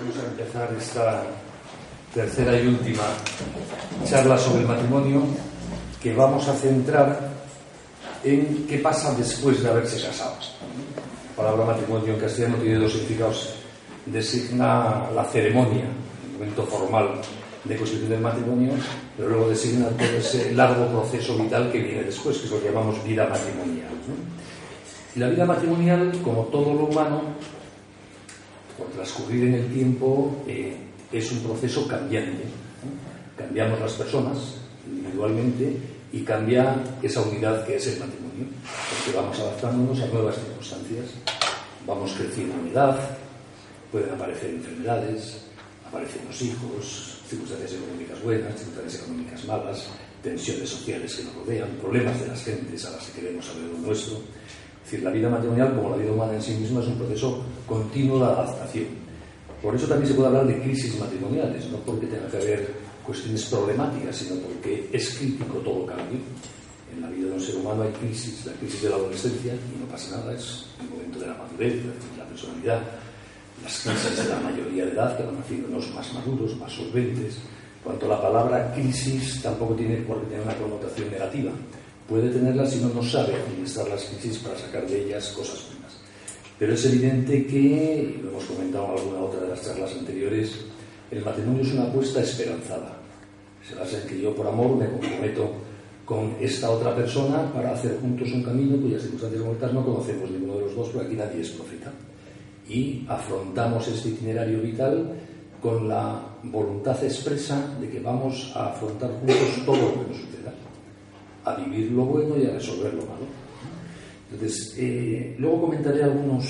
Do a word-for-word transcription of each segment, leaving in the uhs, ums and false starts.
Vamos a empezar esta tercera y última charla sobre el matrimonio, que vamos a centrar en qué pasa después de haberse casado. La palabra matrimonio en castellano tiene dos significados. Designa la ceremonia, el momento formal de constitución del matrimonio, pero luego designa todo ese largo proceso vital que viene después, que es lo que llamamos vida matrimonial, ¿no? Y la vida matrimonial, como todo lo humano, por transcurrir en el tiempo, eh, es un proceso cambiante, ¿no? Cambiamos las personas individualmente y cambia esa unidad que es el matrimonio, porque vamos adaptándonos a nuevas circunstancias, vamos creciendo en edad, pueden aparecer enfermedades, aparecen los hijos, circunstancias económicas buenas, circunstancias económicas malas, tensiones sociales que nos rodean, problemas de las gentes a las que queremos saber lo nuestro. Es decir, la vida matrimonial, como la vida humana en sí misma, es un proceso continuo de adaptación. Por eso también se puede hablar de crisis matrimoniales, no porque tenga que haber cuestiones problemáticas, sino porque es crítico todo cambio. En la vida de un ser humano hay crisis, la crisis de la adolescencia, y no pasa nada, es el momento de la madurez, de la personalidad, las crisis de la mayoría de edad, que van haciéndonos más maduros, más solventes. Cuanto la palabra crisis tampoco tiene por qué tener una connotación negativa. Puede tenerla si uno no sabe administrar las crisis para sacar de ellas cosas buenas. Pero es evidente que, y lo hemos comentado en alguna otra de las charlas anteriores, el matrimonio es una apuesta esperanzada. Se basa en que yo, por amor, me comprometo con esta otra persona para hacer juntos un camino cuyas circunstancias concretas no conocemos ninguno de los dos, porque aquí nadie es profeta. Y afrontamos este itinerario vital con la voluntad expresa de que vamos a afrontar juntos todo lo que nos suceda, a vivir lo bueno y a resolver lo malo. Entonces, eh, luego comentaré algunos,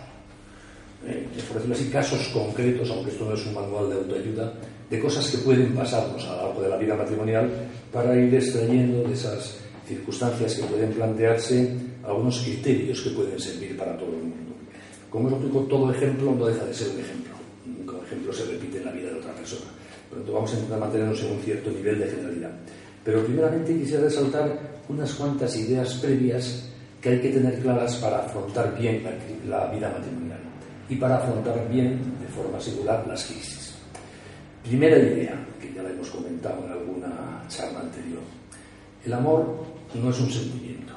eh, por decirlo así, casos concretos, aunque esto no es un manual de autoayuda, de cosas que pueden pasarnos a lo largo de la vida matrimonial para ir extrayendo de esas circunstancias que pueden plantearse algunos criterios que pueden servir para todo el mundo. Como os explico, todo ejemplo no deja de ser un ejemplo. Nunca un ejemplo se repite en la vida de otra persona. Por lo tanto, vamos a intentar mantenernos en un cierto nivel de generalidad. Pero primeramente quisiera resaltar unas cuantas ideas previas que hay que tener claras para afrontar bien la, la vida matrimonial y para afrontar bien, de forma singular, las crisis. Primera idea, que ya la hemos comentado en alguna charla anterior. El amor no es un sentimiento,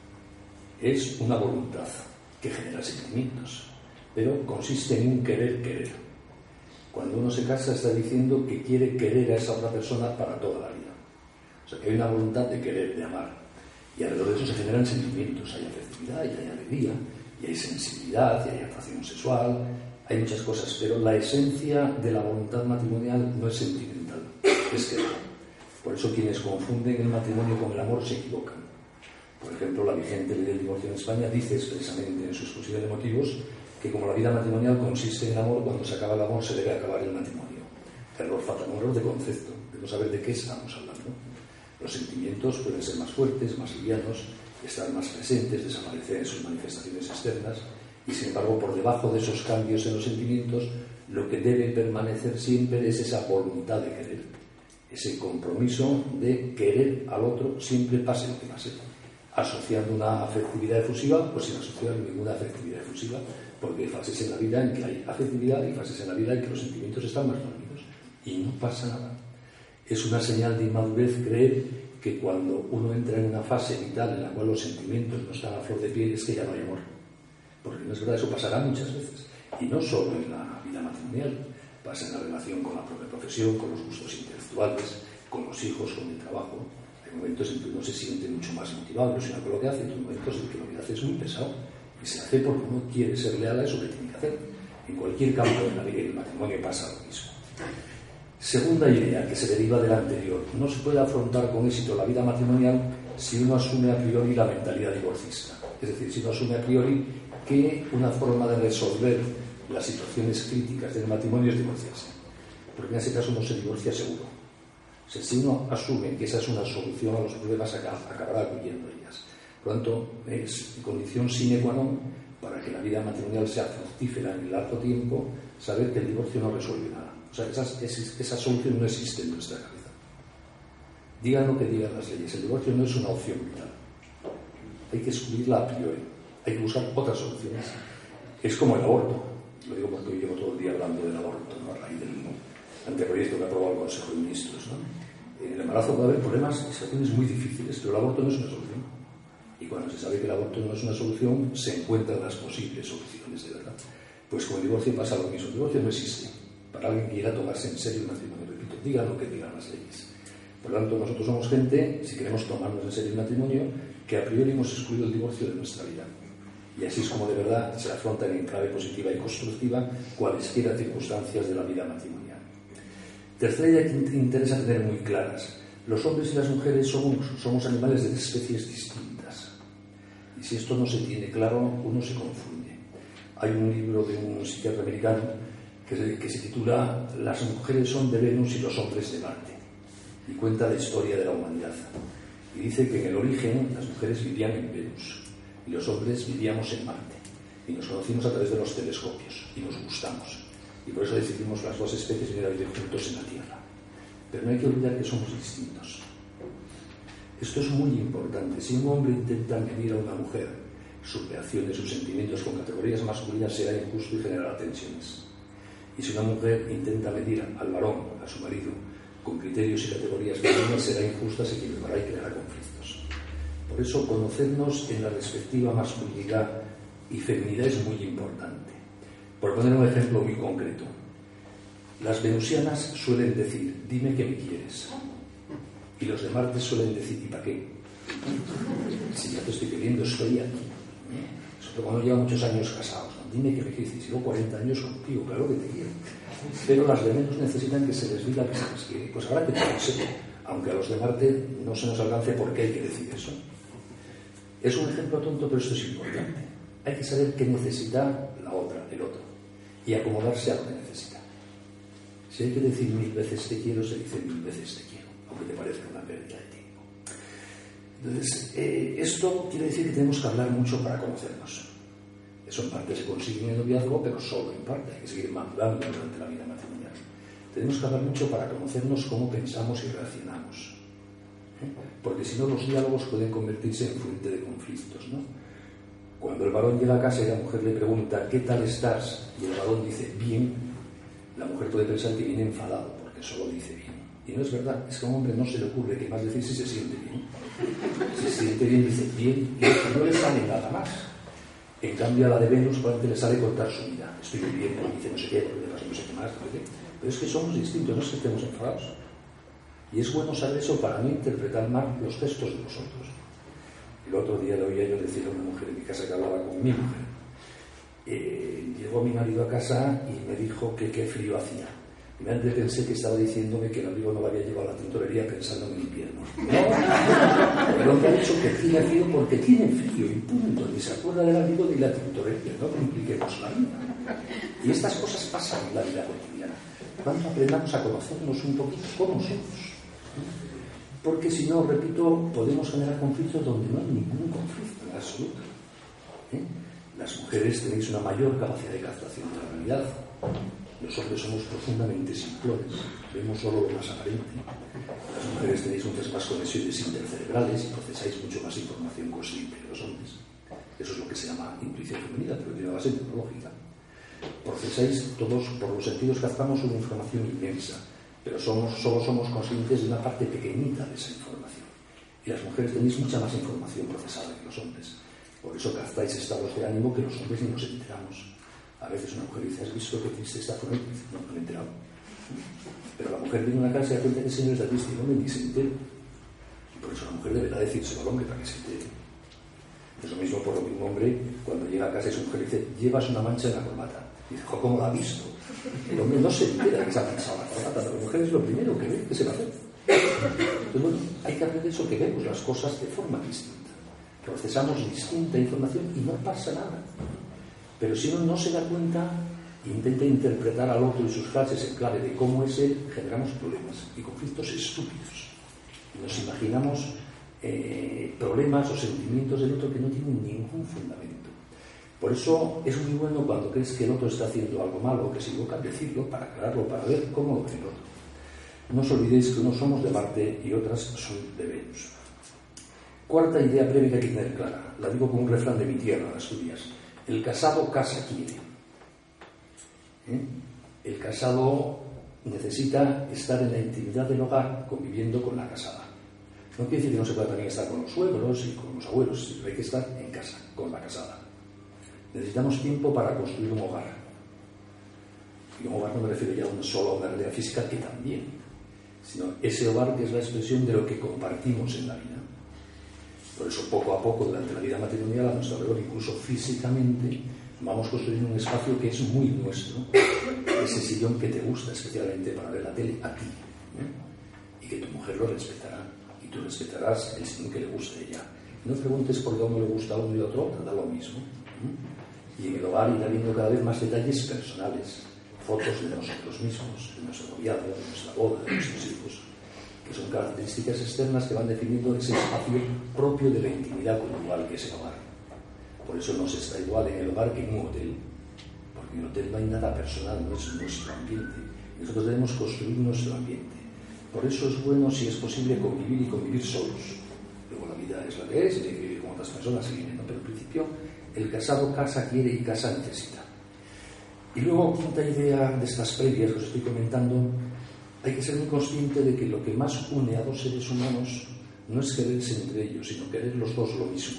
es una voluntad que genera sentimientos, pero consiste en un querer querer. Cuando uno se casa está diciendo que quiere querer a esa otra persona para toda la vida. O sea, que hay una voluntad de querer, de amar. Y alrededor de eso se generan sentimientos. Hay afectividad, y hay alegría, y hay sensibilidad, y hay atracción sexual, hay muchas cosas. Pero la esencia de la voluntad matrimonial no es sentimental, es querer. Por eso quienes confunden el matrimonio con el amor se equivocan. Por ejemplo, la vigente ley del divorcio en España dice expresamente en su exposición de motivos que como la vida matrimonial consiste en el amor, cuando se acaba el amor se debe acabar el matrimonio. Error fatal, un error de concepto, de no saber de qué estamos hablando. Los sentimientos pueden ser más fuertes, más livianos, estar más presentes, desaparecer en sus manifestaciones externas, y sin embargo, por debajo de esos cambios en los sentimientos, lo que debe permanecer siempre es esa voluntad de querer, ese compromiso de querer al otro siempre pase lo que pase. Asociando una afectividad efusiva, pues sin asociar ninguna afectividad efusiva, porque hay fases en la vida en que hay afectividad y fases en la vida en que los sentimientos están más dormidos y no pasa nada. Es una señal de inmadurez creer que cuando uno entra en una fase vital en la cual los sentimientos no están a flor de piel es que ya no hay amor, porque no es verdad, eso pasará muchas veces, y no solo en la vida matrimonial, pasa en la relación con la propia profesión, con los gustos intelectuales, con los hijos, con el trabajo. Hay momentos en que uno se siente mucho más motivado, ilusionado con lo que hace, y hay momentos en que lo que hace es muy pesado, y se hace porque uno quiere ser leal a eso que tiene que hacer. En cualquier campo de la vida y del matrimonio pasa lo mismo. Segunda idea, que se deriva de la anterior: no se puede afrontar con éxito la vida matrimonial si uno asume a priori la mentalidad divorcista. Es decir, si uno asume a priori que una forma de resolver las situaciones críticas del matrimonio es divorciarse, porque en ese caso uno se divorcia seguro. O sea, si uno asume que esa es una solución a los problemas, acabará acudiendo a ellas. Por lo tanto, es condición sine qua non para que la vida matrimonial sea fructífera en el largo tiempo, saber que el divorcio no resuelve nada. O sea, esa, esa solución no existe en nuestra cabeza. Digan lo que digan las leyes, el divorcio no es una opción vital. Hay que excluirla a priori, hay que buscar otras soluciones. Es como el aborto. Lo digo porque hoy llevo todo el día hablando del aborto, ¿no? anteproyecto que ha aprobado el Consejo de Ministros, ¿no? En el embarazo puede haber problemas y situaciones muy difíciles, pero el aborto no es una solución. Y cuando se sabe que el aborto no es una solución, se encuentran las posibles soluciones, de verdad. Pues con el divorcio pasa lo mismo. El divorcio no existe para alguien que quiera tomarse en serio el matrimonio. Repito, digan lo que digan las leyes. Por lo tanto, nosotros somos gente, si queremos tomarnos en serio el matrimonio, que a priori hemos excluido el divorcio de nuestra vida. Y así es como de verdad se afrontan en clave positiva y constructiva cualesquiera circunstancias de la vida matrimonial. Tercera idea que interesa tener muy claras. Los hombres y las mujeres somos, somos animales de especies distintas. Y si esto no se tiene claro, uno se confunde. Hay un libro de un psiquiatra americano que se, que se titula Las mujeres son de Venus y los hombres de Marte. Y cuenta la historia de la humanidad. Y dice que en el origen las mujeres vivían en Venus y los hombres vivíamos en Marte. Y nos conocimos a través de los telescopios y nos gustamos. Y por eso decidimos las dos especies venir a vivir juntos en la Tierra. Pero no hay que olvidar que somos distintos. Esto es muy importante. Si un hombre intenta medir a una mujer sus reacciones, sus sentimientos con categorías masculinas, será injusto y generará tensiones. Y si una mujer intenta medir al varón, a su marido, con criterios y categorías femeninas, será injusta, se equivocará y creará conflictos. Por eso, conocernos en la respectiva masculinidad y feminidad es muy importante. Por poner un ejemplo muy concreto, las venusianas suelen decir, dime que me quieres. Y los de Marte suelen decir, ¿y para qué? Si ya te estoy queriendo, estoy aquí. Sobre todo cuando llevan muchos años casados, ¿no? Dime que me quieres. Si llevo cuarenta años contigo, claro que te quiero. Pero las de Venus necesitan que se les diga que se les quiere. Pues habrá que tomarse, aunque a los de Marte no se nos alcance por qué hay que decir eso. Es un ejemplo tonto, pero esto es importante. Hay que saber qué necesita la otra, el otro, y acomodarse a lo que necesita. Si hay que decir mil veces te quiero, se dice mil veces te quiero, aunque te parezca una pérdida de tiempo. Entonces, eh, esto quiere decir que tenemos que hablar mucho para conocernos. Eso en parte se consigue en el noviazgo, pero solo en parte. Hay que seguir madurando durante la vida matrimonial. Tenemos que hablar mucho para conocernos cómo pensamos y reaccionamos. ¿Eh? Porque si no, los diálogos pueden convertirse en fuente de conflictos, ¿no? Cuando el varón llega a casa y la mujer le pregunta ¿qué tal estás? Y el varón dice bien, la mujer puede pensar que viene enfadado porque solo dice bien. Y no es verdad, es que a un hombre no se le ocurre que más decir si se siente bien. Si se siente bien, dice bien, y no le sale nada más. En cambio, a la de Venus probablemente le sale contar su vida. Estoy bien, dice no sé qué, no sé qué más, no sé qué. Pero es que somos distintos, no es que estemos enfadados. Y es bueno saber eso para no interpretar mal los gestos de los otros. El otro día le oía yo decir a una mujer en mi casa que hablaba con mi mujer. Eh, llegó mi marido a casa y me dijo que qué frío hacía. Y antes pensé que estaba diciéndome que el abrigo no lo había llevado a la tintorería pensando en el invierno. No, el hombre ha dicho que tiene frío porque tiene frío y punto. Ni se acuerda del abrigo ni la tintorería. No compliquemos la vida. Y estas cosas pasan en la vida cotidiana. Cuando aprendamos a conocernos un poquito cómo somos. Porque si no, repito, podemos generar conflictos donde no hay ningún conflicto en absoluto. ¿Eh? Las mujeres tenéis una mayor capacidad de captación de la realidad. Los hombres somos profundamente simplones, vemos solo lo más aparente. Las mujeres tenéis muchas más conexiones intercerebrales y procesáis mucho más información consciente que los hombres. Eso es lo que se llama intuición femenina, pero tiene una base tecnológica. Procesáis todos, por los sentidos captamos una información inmensa, pero somos, solo somos conscientes de una parte pequeñita de esa información. Y las mujeres tenéis mucha más información procesada que los hombres. Por eso captáis estados de ánimo que los hombres ni nos enteramos. A veces una mujer dice, ¿has visto qué triste está con él? No, no me he enterado. Pero la mujer viene a una casa y se da cuenta que el señor está triste y no me ni se entera. Y por eso la mujer deberá decírselo al hombre para que se entere. Es lo mismo por lo que un hombre, cuando llega a casa y su mujer dice, llevas una mancha en la corbata. Y dice, ¿cómo la ha visto? El hombre no se entera que se ha manchado la corbata, pero la mujer es lo primero que ve, que se va a hacer. Entonces, bueno, hay que aprender eso, que vemos las cosas de forma distinta. Procesamos distinta información y no pasa nada. Pero si uno no se da cuenta e intenta interpretar al otro y sus frases en clave de cómo es él, generamos problemas y conflictos estúpidos. Y nos imaginamos eh, problemas o sentimientos del otro que no tienen ningún fundamento. Por eso es muy bueno cuando crees que el otro está haciendo algo malo o que se equivoca, decirlo para aclararlo, para ver cómo lo ve el otro. No os olvidéis que unos somos de Marte y otras son de Venus. Cuarta idea breve que hay que tener clara, la digo como un refrán de mi tierra, de Asturias. El casado casa quiere. ¿Eh? El casado necesita estar en la intimidad del hogar conviviendo con la casada. No quiere decir que no se pueda también estar con los suegros y con los abuelos, sino hay que estar en casa, con la casada. Necesitamos tiempo para construir un hogar. Y un hogar no me refiero ya a un solo una realidad física, que también, sino ese hogar que es la expresión de lo que compartimos en la vida. Por eso, poco a poco, durante la vida matrimonial, a nuestro alrededor, incluso físicamente, vamos construyendo un espacio que es muy nuestro, ese sillón que te gusta especialmente para ver la tele aquí, ¿eh? Y que tu mujer lo respetará, y tú respetarás el sillón que le guste a ella. No preguntes por qué a uno le gusta a uno y a otro, da lo mismo. ¿eh? Y en el hogar irá viendo cada vez más detalles personales, fotos de nosotros mismos, de nuestro noviazgo, de nuestra boda, de nuestros hijos, que son características externas que van definiendo ese espacio propio de la intimidad conyugal que es el hogar. Por eso no se está igual en el hogar que en un hotel, porque en el hotel no hay nada personal, no es nuestro ambiente. Nosotros debemos construir nuestro ambiente. Por eso es bueno, si es posible, convivir y convivir solos. Luego la vida es la que es, y hay que vivir con otras personas, ¿no? Pero en principio el casado casa quiere y casa necesita. Y luego, quinta idea de estas previas que os estoy comentando, hay que ser muy consciente de que lo que más une a dos seres humanos no es quererse entre ellos, sino querer los dos lo mismo.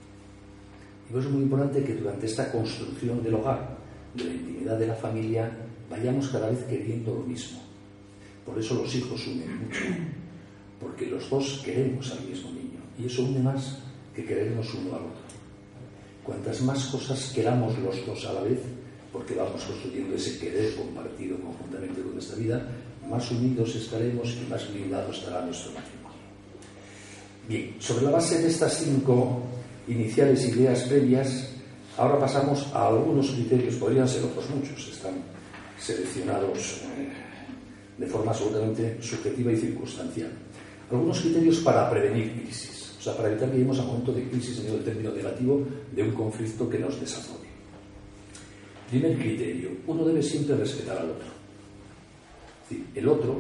Y por eso es muy importante que durante esta construcción del hogar, de la intimidad de la familia, vayamos cada vez queriendo lo mismo. Por eso los hijos unen mucho, porque los dos queremos al mismo niño, y eso une más que querernos uno al otro. Cuantas más cosas queramos los dos a la vez, porque vamos construyendo ese querer compartido conjuntamente con nuestra vida, más unidos estaremos y más blindado estará nuestro matrimonio. Bien, sobre la base de estas cinco iniciales ideas previas, ahora pasamos a algunos criterios, podrían ser otros muchos, están seleccionados eh, de forma absolutamente subjetiva y circunstancial. Algunos criterios para prevenir crisis, o sea, para evitar que lleguemos a un momento de crisis en el término negativo de un conflicto que nos desazote. Primer criterio, uno debe siempre respetar al otro. Es decir, el otro,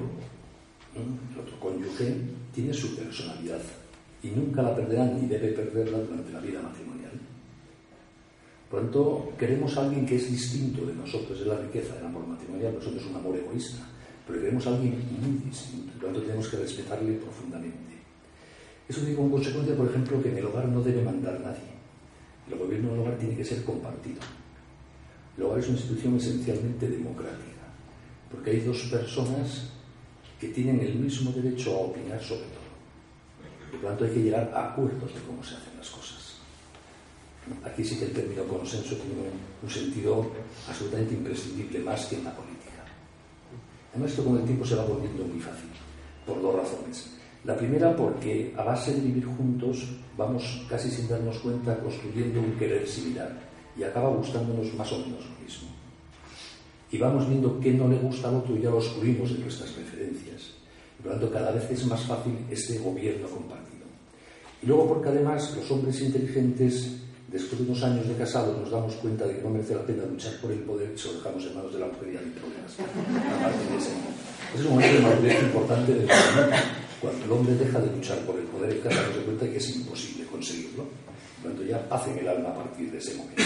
el otro cónyuge, tiene su personalidad y nunca la perderá ni debe perderla durante la vida matrimonial. Por lo tanto, queremos a alguien que es distinto de nosotros, es la riqueza del amor matrimonial, nosotros es un amor egoísta, pero queremos a alguien muy distinto, por lo tanto tenemos que respetarle profundamente. Eso tiene como consecuencia, por ejemplo, que en el hogar no debe mandar nadie. El gobierno del hogar tiene que ser compartido. El hogar es una institución esencialmente democrática, porque hay dos personas que tienen el mismo derecho a opinar sobre todo. Por lo tanto, hay que llegar a acuerdos de cómo se hacen las cosas. Aquí sí que el término consenso tiene un sentido absolutamente imprescindible, más que en la política. Además, esto con el tiempo se va volviendo muy fácil, por dos razones. La primera, porque a base de vivir juntos vamos casi sin darnos cuenta construyendo un querer similar y acaba gustándonos más o menos lo mismo. Y vamos viendo qué no le gusta al otro y ya lo excluimos de nuestras preferencias. Por lo tanto, cada vez es más fácil este gobierno compartido. Y luego porque además los hombres inteligentes, después de unos años de casados, nos damos cuenta de que no merece la pena luchar por el poder y se lo dejamos en manos de la mujer y hay problemas. Es un momento de madurez importante del matrimonio. Cuando el hombre deja de luchar por el poder en casa, se cuenta que es imposible conseguirlo. Por lo tanto, ya paz en el alma a partir de ese momento.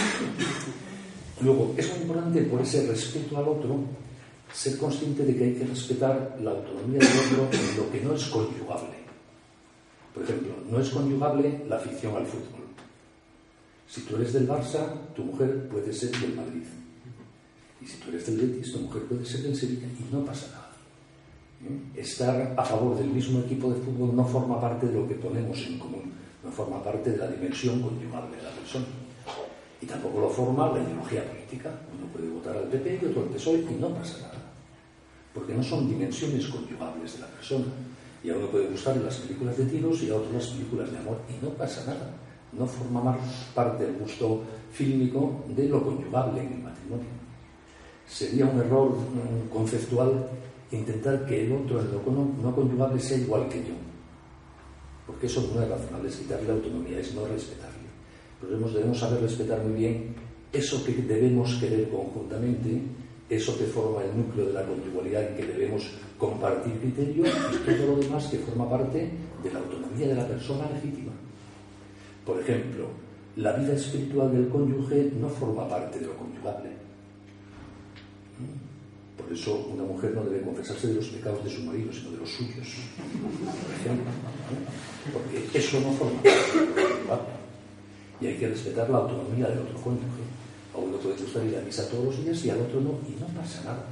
Luego, es muy importante, por ese respeto al otro, ser consciente de que hay que respetar la autonomía del otro en lo que no es conyugable. Por ejemplo, no es conyugable la afición al fútbol. Si tú eres del Barça, tu mujer puede ser del Madrid. Y si tú eres del Betis, tu mujer puede ser del Sevilla y no pasa nada. ¿Eh? Estar a favor del mismo equipo de fútbol no forma parte de lo que ponemos en común, no forma parte de la dimensión conyugable de la persona. Y tampoco lo forma la ideología política. Uno puede votar al P P y otro al P S O E y no pasa nada. Porque no son dimensiones conyugables de la persona. Y a uno puede gustar las películas de tiros y a otro las películas de amor y no pasa nada. No forma parte del gusto fílmico de lo conyugable en el matrimonio. Sería un error conceptual intentar que el otro en lo no conyugable sea igual que yo. Porque eso no es razonable, es quitarle la autonomía, es no respetarle. Pero debemos saber respetar muy bien eso que debemos querer conjuntamente, eso que forma el núcleo de la conyugalidad en que debemos compartir criterios y todo lo demás que forma parte de la autonomía de la persona legítima. Por ejemplo, la vida espiritual del cónyuge no forma parte de lo conyugable. Por eso una mujer no debe confesarse de los pecados de su marido, sino de los suyos, por ejemplo, ¿no? Porque eso no forma parte, ¿vale? Y hay que respetar la autonomía del otro cónyuge. A uno puede gustar ir a misa todos los días y al otro no, y no pasa nada.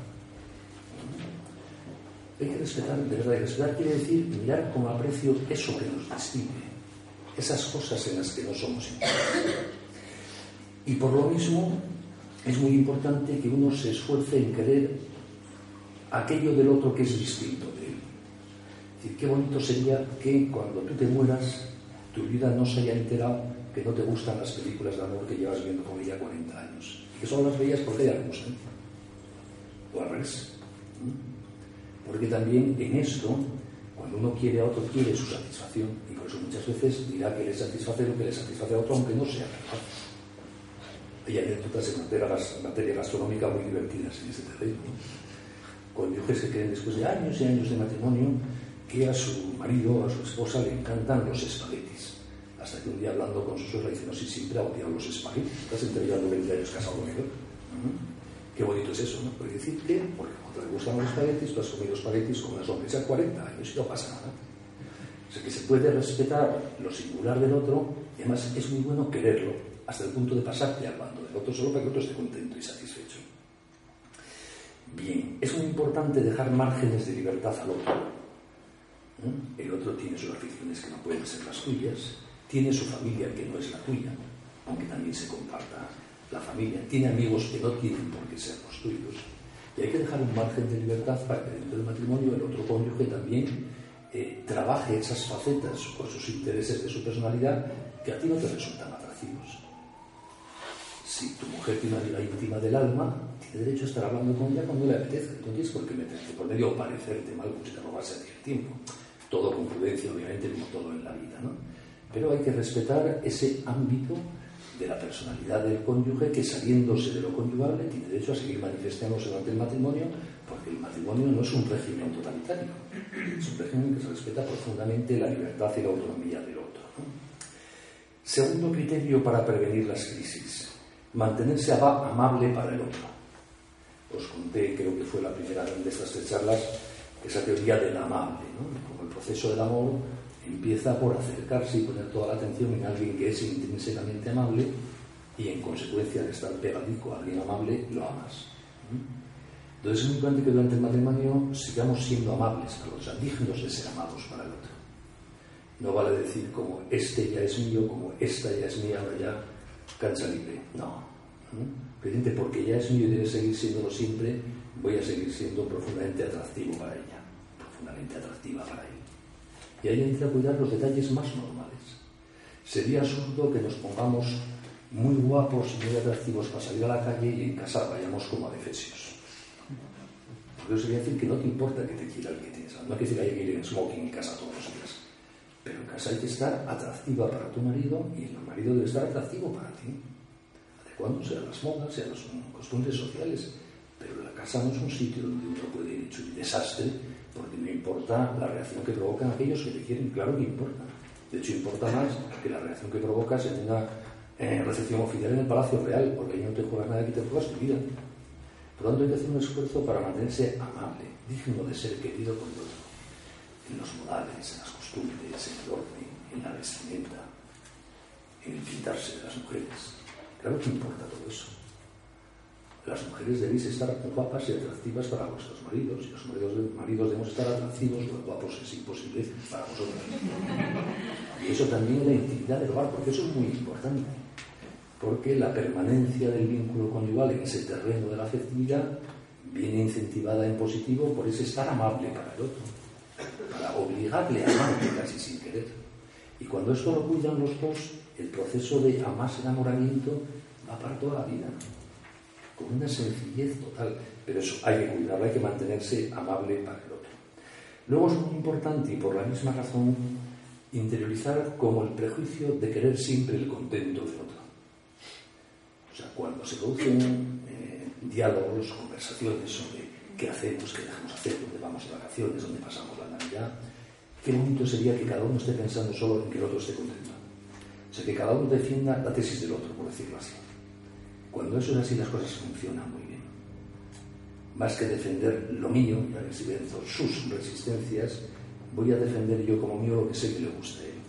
Hay que respetar, de verdad, y respetar quiere decir mirar con aprecio eso que nos distingue, esas cosas en las que no somos iguales. Y por lo mismo es muy importante que uno se esfuerce en querer aquello del otro que es distinto de él. Es decir, qué bonito sería que cuando tú te mueras, tu vida no se haya enterado que no te gustan las películas de amor que llevas viendo con ella cuarenta años. Y que solo las veías porque ella le gustan. O al revés. Porque también en esto, cuando uno quiere a otro, quiere su satisfacción. Y por eso muchas veces dirá que le satisface lo que le satisface a otro, aunque no sea verdad. Hay anécdotas en materia, materia gastronómica muy divertidas en ese terreno, ¿no? Cónyuges que creen después de años y años de matrimonio que a su marido o a su esposa le encantan los espaguetis. Hasta que un día, hablando con su suegra, dice: no, si siempre ha odiado los espaguetis. Estás entrevistando veinte años casado conmigo. Uh-huh. Qué bonito es eso, ¿no? Porque decir que, porque cuando te gustan los espaguetis, tú has comido espaguetis con una sonrisa cuarenta años y no pasa nada. O sea, que se puede respetar lo singular del otro, y además es muy bueno quererlo, hasta el punto de pasarte al bando del otro, solo para que el otro esté contento y satisfecho. Bien, es muy importante dejar márgenes de libertad al otro. ¿Eh? El otro tiene sus aficiones que no pueden ser las tuyas, tiene su familia que no es la tuya, aunque también se comparta la familia, tiene amigos que no tienen por qué ser los tuyos, y hay que dejar un margen de libertad para que dentro del matrimonio el otro cónyuge también eh, trabaje esas facetas o sus intereses de su personalidad que a ti no te resultan atractivos. Si tu mujer tiene una vida íntima del alma, tiene derecho a estar hablando con ella cuando le apetezca. No tienes por qué meterte por medio o parecerte mal como si te robase a ti el tiempo. Todo con prudencia, obviamente, como todo en la vida, ¿no? Pero hay que respetar ese ámbito de la personalidad del cónyuge que, saliéndose de lo conyugable, tiene derecho a seguir manifestándose durante el matrimonio, porque el matrimonio no es un régimen totalitario, es un régimen que se respeta profundamente la libertad y la autonomía del otro, ¿no? Segundo criterio para prevenir las crisis: mantenerse amable para el otro. Os conté, creo que fue la primera de estas tres charlas, esa teoría del amable, ¿no? Como el proceso del amor empieza por acercarse y poner toda la atención en alguien que es intrínsecamente amable, y en consecuencia de estar pegadico a alguien amable, lo amas. Entonces es muy importante que durante el matrimonio sigamos siendo amables para los, o sea, dignos de ser amados para el otro. No vale decir como este ya es mío, como esta ya es mía, ahora ya cancha libre. No. Precisamente porque ya es mío y debe seguir siéndolo siempre, voy a seguir siendo profundamente atractivo para ella, profundamente atractiva para él. Y ahí entra a cuidar los detalles más normales. Sería absurdo que nos pongamos muy guapos y muy atractivos para salir a la calle y en casa vayamos como adefesios. Porque eso sería decir que no te importa que te quiera el que tienes. No hay que decir que hay que ir en smoking en casa todos los días. Pero en casa hay que estar atractiva para tu marido, y el marido debe estar atractivo para ti, adecuándose a las modas y a las costumbres sociales. Pero la casa no es un sitio donde uno puede ir hecho un desastre, porque no importa la reacción que provocan aquellos que te quieren. Claro que importa. De hecho, importa más que la reacción que provocas en una eh, recepción oficial en el Palacio Real, porque ahí no te juegas nada, que te juegas tu vida. Por lo tanto, hay que hacer un esfuerzo para mantenerse amable, digno de ser querido por el otro, en los modales, en las costumbres, en el orden, en la vestimenta, en el pintarse de las mujeres. Claro que importa todo eso. Las mujeres debéis estar guapas y atractivas para vuestros maridos, y los maridos, maridos debemos estar atractivos o guapos, es imposible, para vosotros. Y eso también es la intimidad del hogar, porque eso es muy importante, porque la permanencia del vínculo conyugal en ese terreno de la afectividad viene incentivada en positivo por ese estar amable para el otro, para obligarle a amarte casi sin querer. Y cuando esto lo cuidan los dos, el proceso de más enamoramiento va para toda la vida, con una sencillez total. Pero eso hay que cuidarlo, hay que mantenerse amable para el otro. Luego es muy importante, y por la misma razón, interiorizar como el prejuicio de querer siempre el contento del otro. O sea, cuando se producen eh, diálogos, conversaciones sobre qué hacemos, qué dejamos hacer, dónde vamos de vacaciones, dónde pasamos la Navidad, qué bonito sería que cada uno esté pensando solo en que el otro esté contento. O sea, que cada uno defienda la tesis del otro, por decirlo así. Cuando eso es así, las cosas funcionan muy bien. más que defender lo mío, y a ver si venzo sus resistencias, voy a defender yo como mío lo que sé que le gusta a él.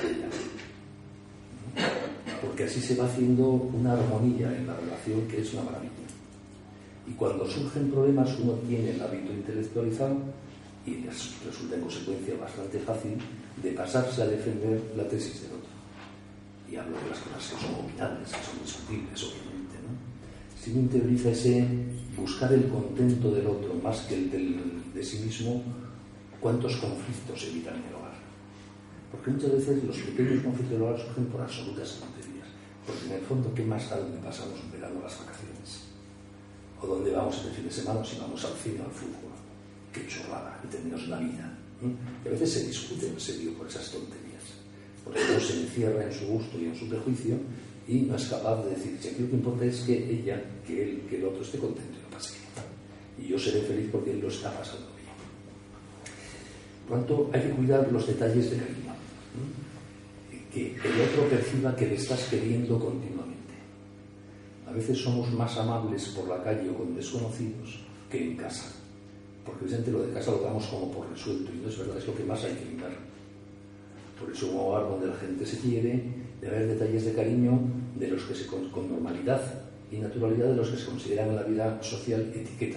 Porque así se va haciendo una armonía en la relación que es una maravilla. Y cuando surgen problemas, uno tiene el hábito intelectualizado y les resulta en consecuencia bastante fácil de pasarse a defender la tesis del otro. Y hablo de las cosas que son opinables, que son discutibles, obviamente, ¿no? Si uno interioriza ese buscar el contento del otro más que el del, de sí mismo, ¿cuántos conflictos se evitan en el hogar? Porque muchas veces los pequeños conflictos del hogar surgen por absolutas tonterías. Porque en el fondo, ¿qué más da donde pasamos un verano las vacaciones? ¿O dónde vamos este fin de semana si vamos al cine o al fútbol? ¡Qué chorrada! Y tenemos una vida. ¿eh? Y a veces se discute en serio por esas tonterías. Porque uno se encierra en su gusto y en su prejuicio y no es capaz de decir, si aquí lo que importa es que ella, que él, que el otro esté contento y lo pase bien. Y yo seré feliz porque él lo está pasando bien. Por lo tanto, hay que cuidar los detalles de cariño. ¿eh? Que el otro perciba que le estás queriendo continuamente. A veces somos más amables por la calle o con desconocidos que en casa. Porque evidentemente lo de casa lo damos como por resuelto y no es verdad, es lo que más hay que mirar. Por eso un hogar donde la gente se quiere, debe haber detalles de cariño de los que se con, con normalidad y naturalidad de los que se consideran en la vida social etiqueta.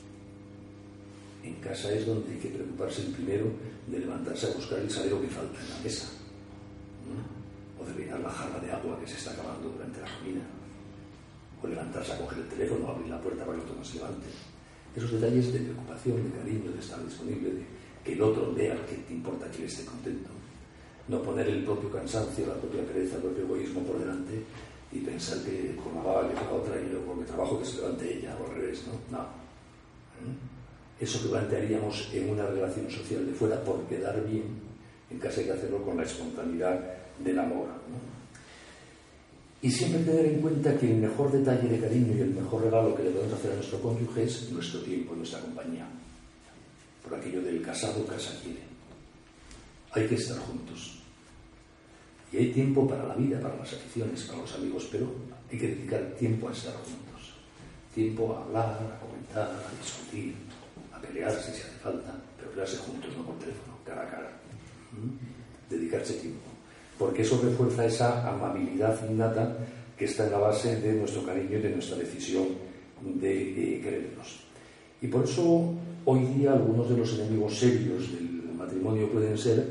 En casa es donde hay que preocuparse el primero de levantarse a buscar el salero que falta en la mesa, ¿no? O de mirar la jarra de agua que se está acabando durante la comida, o levantarse a coger el teléfono o abrir la puerta para que el otro no se levante. Esos detalles de preocupación, de cariño, de estar disponible, de que el otro vea que te importa que él esté contento. No poner el propio cansancio, la propia pereza, el propio egoísmo por delante y pensar que con la vaga que toca otra y yo porque trabajo que se levante ella o al revés, ¿no? No. ¿Eh? Eso que plantearíamos en una relación social de fuera por quedar bien, en casa hay que hacerlo con la espontaneidad del amor, ¿no? Y siempre tener en cuenta que el mejor detalle de cariño y el mejor regalo que le podemos hacer a nuestro cónyuge es nuestro tiempo, nuestra compañía. Por aquello del casado, casa quiere. Hay que estar juntos. Y hay tiempo para la vida, para las aficiones, para los amigos, pero hay que dedicar tiempo a estar juntos. Tiempo a hablar, a comentar, a discutir, a pelearse si hace falta, pero pelearse juntos, no por teléfono, cara a cara. ¿Mm? Dedicarse tiempo. Porque eso refuerza esa amabilidad innata que está en la base de nuestro cariño y de nuestra decisión de eh, querernos. Y por eso hoy día algunos de los enemigos serios del matrimonio pueden ser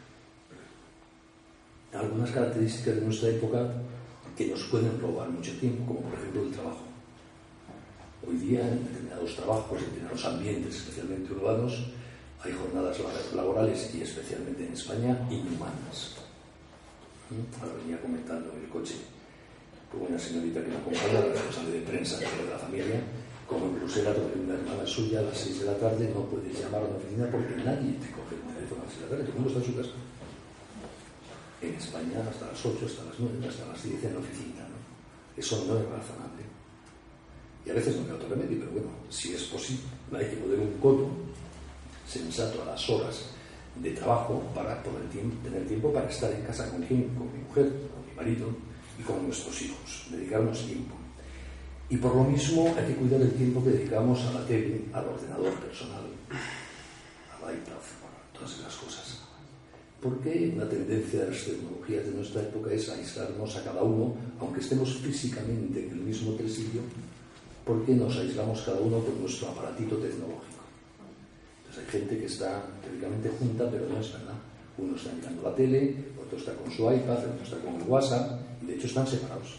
algunas características de nuestra época que nos pueden robar mucho tiempo, como por ejemplo el trabajo. Hoy día en determinados trabajos, en determinados ambientes, especialmente urbanos, hay jornadas laborales y especialmente en España inhumanas. Ahora venía comentando en el coche con una señorita que me acompaña, la responsable de prensa de la familia, como en Bruselas, donde una hermana suya a las seis de la tarde no puedes llamar a una oficina porque nadie te coge el teléfono a las seis de la tarde, todo el mundo está en su casa. En España hasta las ocho, hasta las nueve, hasta las diez en la oficina, ¿no? Eso no es razonable. Y a veces no queda otro remedio, pero bueno, si es posible, hay que poner un coto sensato a las horas de trabajo para poder tiempo, tener tiempo para estar en casa con, quien, con mi mujer, con mi marido y con nuestros hijos, dedicarnos tiempo. Y por lo mismo hay que cuidar el tiempo que dedicamos a la tele, al ordenador personal, al iPad, todas esas cosas. Porque la tendencia de las tecnologías de nuestra época es aislarnos a cada uno, aunque estemos físicamente en el mismo tresillo, porque nos aislamos cada uno con nuestro aparatito tecnológico. Hay gente que está teóricamente junta, pero no es verdad. Uno está mirando la tele, otro está con su iPad, otro está con el WhatsApp, y de hecho están separados.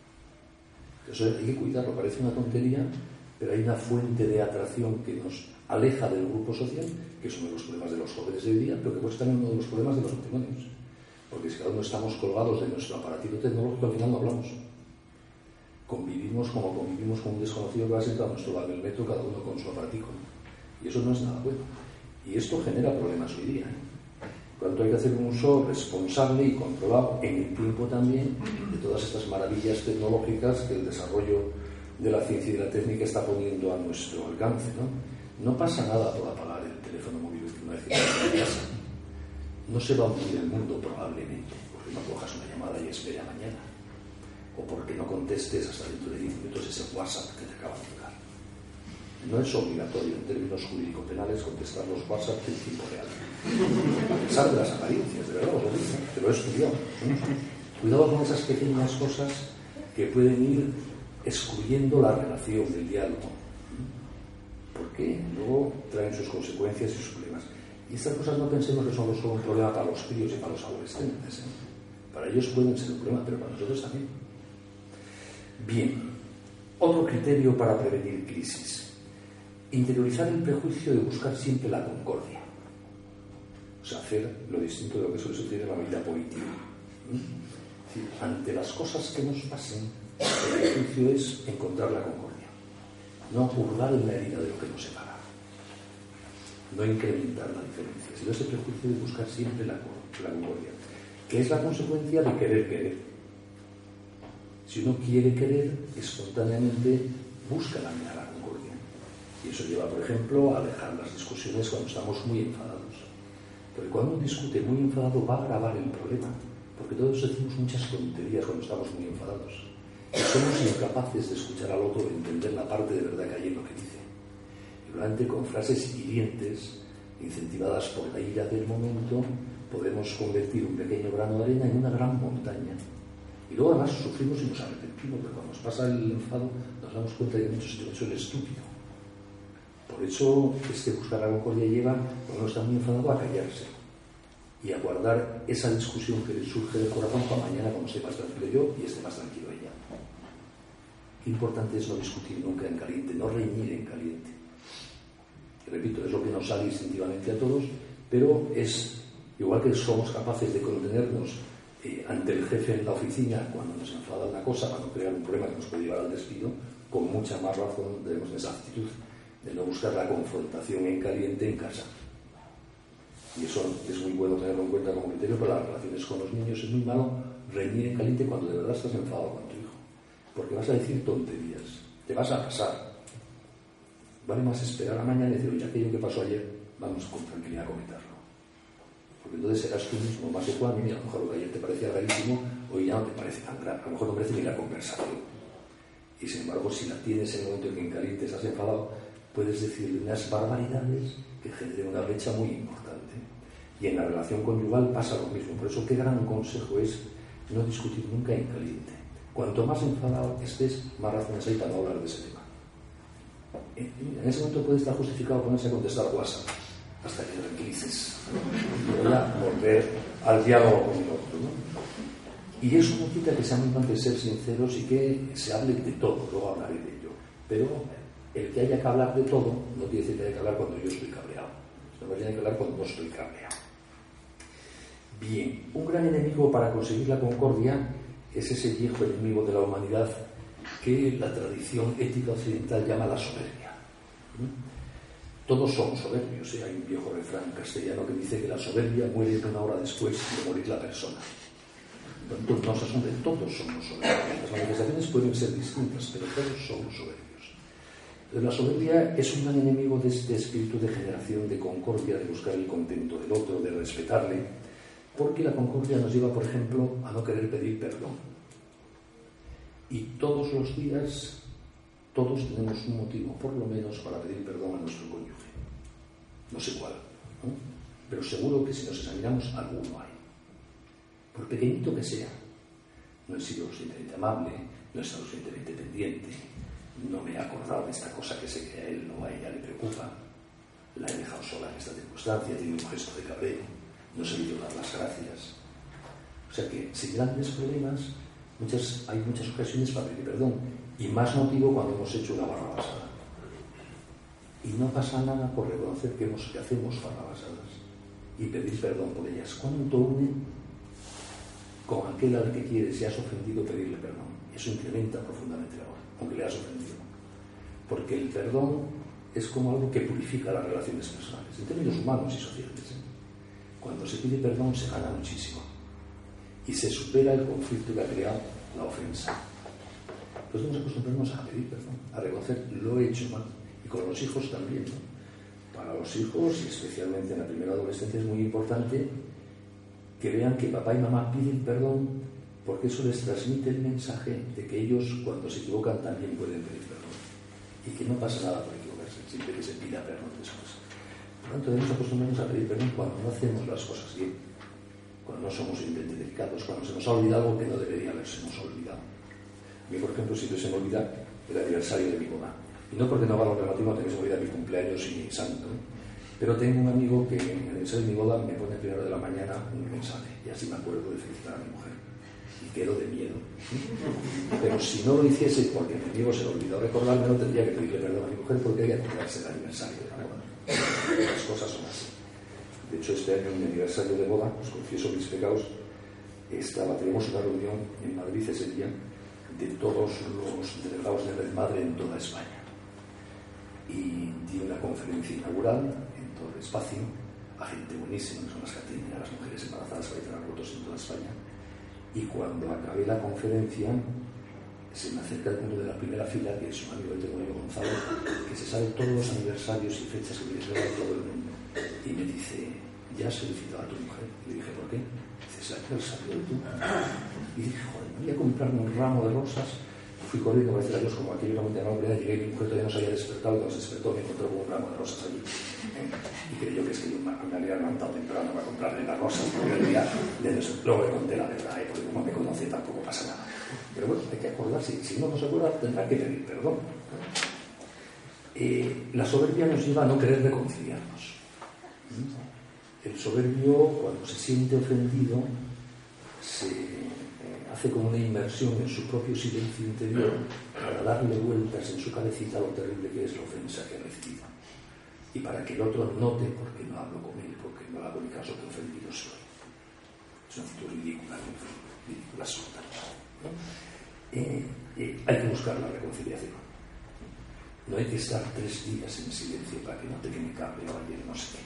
Eso hay que cuidarlo, parece una tontería, pero hay una fuente de atracción que nos aleja del grupo social, que es uno de los problemas de los jóvenes de hoy día, pero que puede estar en uno de los problemas de los matrimonios. Porque si cada uno estamos colgados de nuestro aparatito tecnológico, al final no hablamos. Convivimos como convivimos con un desconocido que va sentado a nuestro lado del metro, cada uno con su aparatico. Y eso no es nada bueno. Y esto genera problemas hoy día, ¿eh? Por lo tanto, hay que hacer un uso responsable y controlado en el tiempo también de todas estas maravillas tecnológicas que el desarrollo de la ciencia y de la técnica está poniendo a nuestro alcance, ¿no? No pasa nada por apagar el teléfono móvil una vez que estás en casa. No se va a hundir el mundo probablemente porque no cojas una llamada y espere a mañana. O porque no contestes hasta dentro de diez minutos ese WhatsApp que te acaba de llegar. no es obligatorio en términos jurídico-penales contestar los WhatsApp en tiempo real. Sabe las apariencias, de verdad os lo digo, te lo he estudiado. Cuidado con esas pequeñas cosas que pueden ir excluyendo la relación del diálogo, porque luego traen sus consecuencias y sus problemas. Y estas cosas no pensemos que son solo un problema para los críos y para los adolescentes, ¿eh? Para ellos pueden ser un problema, pero para nosotros también. Bien, otro criterio para prevenir crisis: interiorizar el prejuicio de buscar siempre la concordia. O sea, hacer lo distinto de lo que suele suceder en la vida política. Es decir, ante las cosas que nos pasen, el prejuicio es encontrar la concordia, no hurgar en la herida de lo que nos separa, no incrementar la diferencia, sino ese prejuicio de buscar siempre la, la concordia, que es la consecuencia de querer querer. Si uno quiere querer, espontáneamente busca la la concordia. Y eso lleva, por ejemplo, a alejar las discusiones cuando estamos muy enfadados. Porque cuando uno discute muy enfadado va a agravar el problema, porque todos decimos muchas tonterías cuando estamos muy enfadados. Y somos incapaces de escuchar al otro, de entender la parte de verdad que hay en lo que dice. Y probablemente con frases hirientes, incentivadas por la ira del momento, podemos convertir un pequeño grano de arena en una gran montaña. Y luego además sufrimos y nos arrepentimos, porque cuando nos pasa el enfado nos damos cuenta de que muchos hemos hecho el estúpido. Por eso es que buscar la concordia lleva, cuando uno está muy enfadado, a callarse y a guardar esa discusión que le surge del corazón para mañana cuando esté más tranquilo yo y esté más tranquilo ella. Qué importante es no discutir nunca en caliente, no reñir en caliente. Y repito, es lo que nos sale instintivamente a todos, pero es igual que somos capaces de contenernos eh, ante el jefe en la oficina cuando nos enfada una cosa, cuando crea un problema que nos puede llevar al despido, con mucha más razón debemos esa actitud de no buscar la confrontación en caliente en casa. Y eso es muy bueno tenerlo en cuenta como criterio para las relaciones con los niños. Es muy malo reñir en caliente cuando de verdad estás enfadado con tu hijo, porque vas a decir tonterías, te vas a pasar. Vale más esperar a mañana y decir, oye, aquello que pasó ayer, vamos con tranquilidad a comentarlo. Porque entonces serás tú mismo más ecuánime, y a lo mejor lo que ayer te parecía rarísimo, hoy ya no te parece tan grave, a lo mejor no merece ni la conversación. Y sin embargo, si la tienes en el momento en que en caliente estás enfadado, puedes decirle unas barbaridades que generen una brecha muy importante. Y en la relación conyugal pasa lo mismo. Por eso, qué gran consejo es no discutir nunca en caliente. Cuanto más enfadado estés, más razones hay para no hablar de ese tema. En ese momento puede estar justificado ponerse a contestar WhatsApp hasta que te tranquilices. Y voy a volver al diálogo con el otro, ¿no? Y eso significa que sea muy importante ser sinceros y que se hable de todo. Luego hablaré de ello. Pero el que haya que hablar de todo no quiere decir que haya que hablar cuando yo estoy cabreado. No tiene que hablar cuando no estoy cabreado. Bien, un gran enemigo para conseguir la concordia es ese viejo enemigo de la humanidad que la tradición ética occidental llama la soberbia. Todos somos soberbios, ¿eh? Hay un viejo refrán castellano que dice que la soberbia muere una hora después de morir la persona. Entonces, no se asume, todos somos soberbios. Las manifestaciones pueden ser distintas, pero todos somos soberbios. La soberbia es un gran enemigo de este espíritu de generación, de concordia, de buscar el contento del otro, de respetarle, porque la concordia nos lleva, por ejemplo, a no querer pedir perdón. Y todos los días, todos tenemos un motivo, por lo menos, para pedir perdón a nuestro cónyuge. No sé cuál, ¿no? Pero seguro que si nos examinamos, alguno hay. Por pequeñito que sea. No he sido lo suficientemente amable, no he estado lo suficientemente pendiente, no me he acordado de esta cosa que sé que a él o a ella le preocupa, la he dejado sola en esta circunstancia, he tenido un gesto de cabreo, no he sabido dar las gracias. O sea que, sin grandes problemas, muchas, hay muchas ocasiones para pedir perdón, y más motivo cuando hemos hecho una barrabasada. Y no pasa nada por reconocer que, hemos, que hacemos barrabasadas y pedir perdón por ellas. ¿Cuánto une con aquel al que quieres y has ofendido pedirle perdón? Eso incrementa profundamente el amor, aunque le has ofendido. Porque el perdón es como algo que purifica las relaciones personales, en términos humanos y sociales, ¿eh? Cuando se pide perdón se gana muchísimo y se supera el conflicto que ha creado la ofensa. Entonces debemos acostumbrarnos a pedir perdón, a reconocer lo hecho mal, y con los hijos también, ¿no? Para los hijos, y especialmente en la primera adolescencia, es muy importante que vean que papá y mamá piden perdón, porque eso les transmite el mensaje de que ellos, cuando se equivocan, también pueden pedir perdón y que no pasa nada por equivocarse. siempre que se pida perdón después. Por lo tanto, debemos acostumbrarnos a pedir perdón cuando no hacemos las cosas bien, cuando no somos suficientemente delicados, cuando se nos ha olvidado algo que no debería haberse nos olvidado. A mí, por ejemplo, siempre se me olvida el aniversario de mi boda. Y no porque no haga lo relativo a tener que se me olvida mi cumpleaños y mi santo, ¿eh? Pero tengo un amigo que en el aniversario de mi boda me pone primero de la mañana un mensaje y así me acuerdo de felicitar a mi mujer. Y quedo de miedo. Pero si no lo hiciese porque mi amigo se lo olvidó recordármelo, tendría que pedirle perdón a mi mujer porque hay que acordarse del aniversario de la boda. Las cosas son así. De hecho, este año en mi aniversario de boda, os confieso mis pecados, estaba, teníamos una reunión en Madrid ese día de todos los delegados de Red Madre en toda España. Y di una conferencia inaugural en todo el espacio a gente buenísima, que son las que atienden a las mujeres embarazadas que hay rotos en toda España. Y cuando acabé la conferencia, se me acerca uno de la primera fila, que es un amigo que tengo yo, Gonzalo, que se sabe todos los aniversarios y fechas que tienes de todo el mundo. Y me dice, ¿ya has felicitado a tu mujer? Y le dije, ¿por qué? Dice, es el aniversario de tu mujer. Y dije, joder, me voy a comprarme un ramo de rosas. Fui corriendo, gracias a Dios, como aquí en la montaña de llegué y mi mujer todavía no se había despertado, y cuando se despertó me encontró con un ramo de rosas allí. Y creyó que es que yo me había levantado temprano para comprarle las rosas, porque el día de eso, luego le conté la verdad, ¿eh? Porque como me conoce tampoco pasa nada. Pero bueno, hay que acordarse, si uno no se acuerda tendrá que pedir perdón. Eh, la soberbia nos lleva a no querer reconciliarnos. El soberbio, cuando se siente ofendido, se hace como una inmersión en su propio silencio interior para darle vueltas en su cabecita a lo terrible que es la ofensa que ha recibido. Y para que el otro note, porque no hablo con él, porque no hago ni caso que ofendido soy. Es una actitud ridícula, ridícula absoluta. ¿No? Eh, eh, hay que buscar la reconciliación. No hay que estar tres días en silencio para que note que me cabreo ayer no sé qué.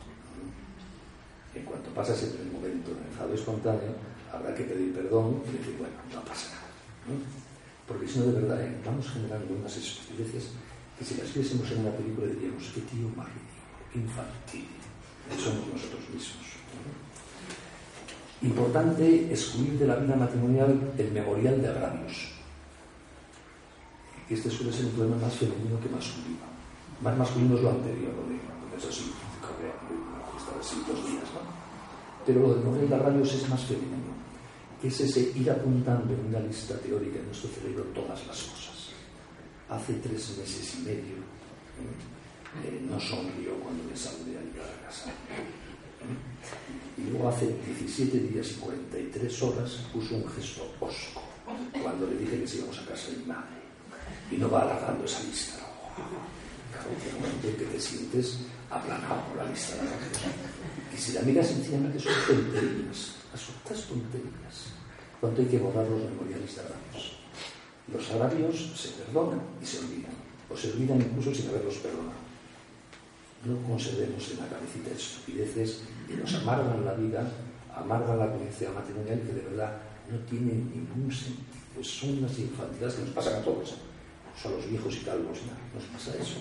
En cuanto pasa ese primer momento de enfado espontáneo, habrá que pedir perdón y decir, bueno, no pasa nada. ¿No? Porque si no, de verdad, ¿eh? Vamos generando unas estupideces que si las viésemos en una película diríamos, qué tío más ridículo, qué infantil. Somos nosotros mismos. ¿No? Importante excluir de la vida matrimonial el memorial de agravios. Este suele ser un problema más femenino que masculino. Más masculino es lo anterior, lo de, eso sí, estar así dos días, ¿no? Pero lo del memorial de agravios es más femenino, que es ese ir apuntando en una lista teórica en nuestro cerebro todas las cosas. Hace tres meses y medio ¿eh? Eh, no sonrió cuando me saludé al ir a la casa. ¿Eh? Y luego hace diecisiete días y cuarenta y tres horas puso un gesto osco cuando le dije que si íbamos a casa de mi madre. Y no va alargando esa lista. Claro, que en un momento en que te sientes aplanado por la lista de agravios. Y si la miras sencillamente son tonterías, absolutas tonterías. ¿Cuánto hay que borrar los memoriales de agravios? Los agravios se perdonan y se olvidan, o se olvidan incluso sin haberlos perdonado. No conservemos en la cabecita estupideces que nos amargan la vida, amargan la convivencia matrimonial y que de verdad no tienen ningún sentido. Pues son unas infantilidades que nos pasan a todos, ¿eh? A los viejos y calvos, ¿no? Nos pasa eso.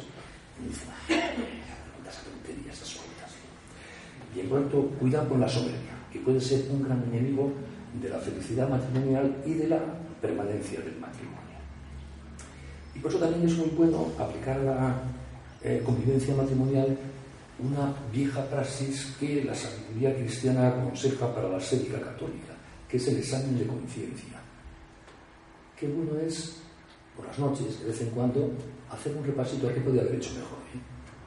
Las tonterías, las cuentas. Y en cuanto, cuidado con la soberbia, que puede ser un gran enemigo de la felicidad matrimonial y de la permanencia del matrimonio. Y por eso también es muy bueno aplicar a la eh, convivencia matrimonial una vieja praxis que la sabiduría cristiana aconseja para la ascética católica, que es el examen de conciencia. Qué bueno es, por las noches, de vez en cuando, hacer un repasito a qué podía haber hecho mejor. ¿eh?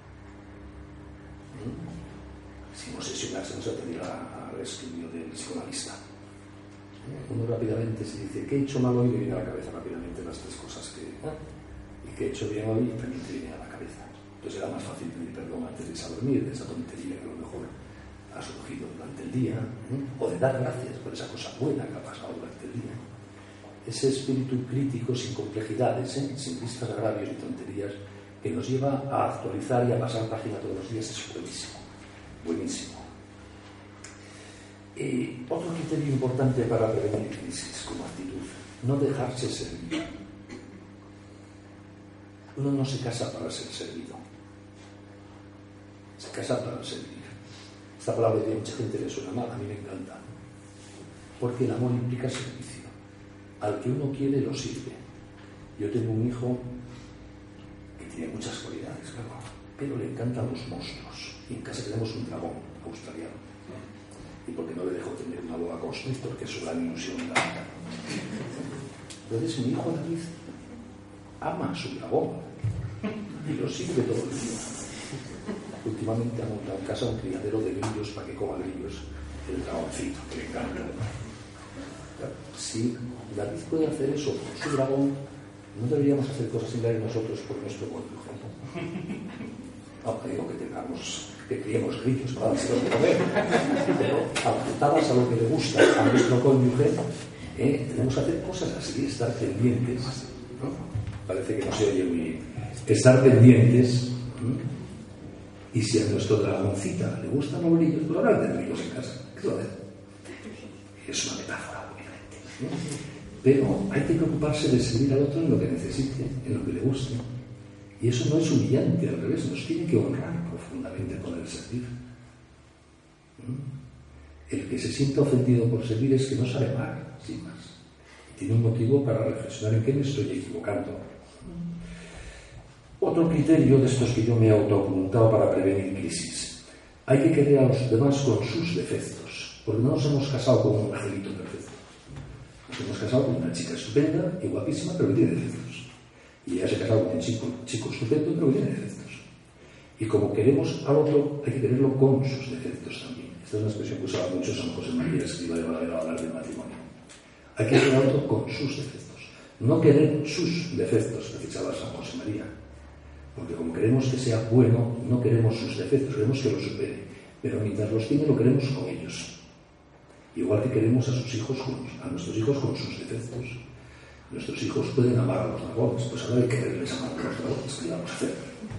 ¿Mm? Sin obsesionarse, no se atendiera al estudio del psicoanalista. Uno rápidamente se dice, ¿qué he hecho mal hoy? Le viene a la cabeza rápidamente las tres cosas que... ¿eh? Y ¿qué he hecho bien hoy? También te viene a la cabeza. Entonces era más fácil pedir perdón antes de irse a dormir, de esa tontería que a lo mejor ha surgido durante el día, ¿eh? O de dar gracias por esa cosa buena que ha pasado durante el día. Ese espíritu crítico sin complejidades, ¿eh? Sin vistas, agravios y tonterías, que nos lleva a actualizar y a pasar página todos los días, es buenísimo. Buenísimo. Eh, otro criterio importante para prevenir crisis como actitud, no dejarse servir. Uno no se casa para ser servido, se casa para servir. Esta palabra de mucha gente le suena mal, a mí me encanta, porque el amor implica servicio. Al que uno quiere lo sirve. Yo tengo un hijo que tiene muchas cualidades, gigantes, claro, pero le encantan los monstruos. Y en casa tenemos un dragón australiano. Y porque no le dejo tener una boa constrictor, que es su gran ilusión. Entonces mi hijo David ama a su dragón y lo sirve todo el día. Últimamente ha montado en casa un criadero de grillos para que coma grillos, el dragoncito, que le encanta. Si David puede hacer eso por su dragón, no deberíamos hacer cosas similares nosotros por nuestro cónyuge. Aunque digo que tengamos, que criemos grillos para dárselos de comer, pero adaptadas a lo que le gusta a nuestro cónyuge, eh, tenemos que hacer cosas así, estar pendientes, ¿no? Parece que no se oye muy bien. Estar pendientes, ¿no? Y si a nuestro dragoncita le gustan los grillos, pues habrá de grillos en casa. ¿Qué lo es una metáfora, obviamente, ¿no? Pero hay que preocuparse de servir al otro en lo que necesite, en lo que le guste. Y eso no es humillante, al revés, nos tiene que honrar profundamente con el servir. ¿Mm? El que se sienta ofendido por servir es que no sabe amar, sin más. Y tiene un motivo para reflexionar en qué me estoy equivocando. Otro criterio de estos que yo me he autoapuntado para prevenir crisis. Hay que querer a los demás con sus defectos, porque no nos hemos casado con un angelito perfecto. Nos hemos casado con una chica estupenda y guapísima, pero que tiene defectos. Y ella se ha casado con un chico, chico estupendo, pero que tiene defectos. Y como queremos al otro, hay que quererlo con sus defectos también. Esta es una expresión que usaba mucho San José María, escriba de Balaguer, a hablar del matrimonio. Hay que querer al otro con sus defectos. No querer sus defectos, precisaba San José María. Porque como queremos que sea bueno, no queremos sus defectos, queremos que lo supere. Pero mientras los tiene, lo queremos con ellos. Igual que queremos a sus hijos, a nuestros hijos con sus defectos. Nuestros hijos pueden amar a los dragones, pues ahora hay que quererles amar a los dragones. ¿Qué vamos a hacer?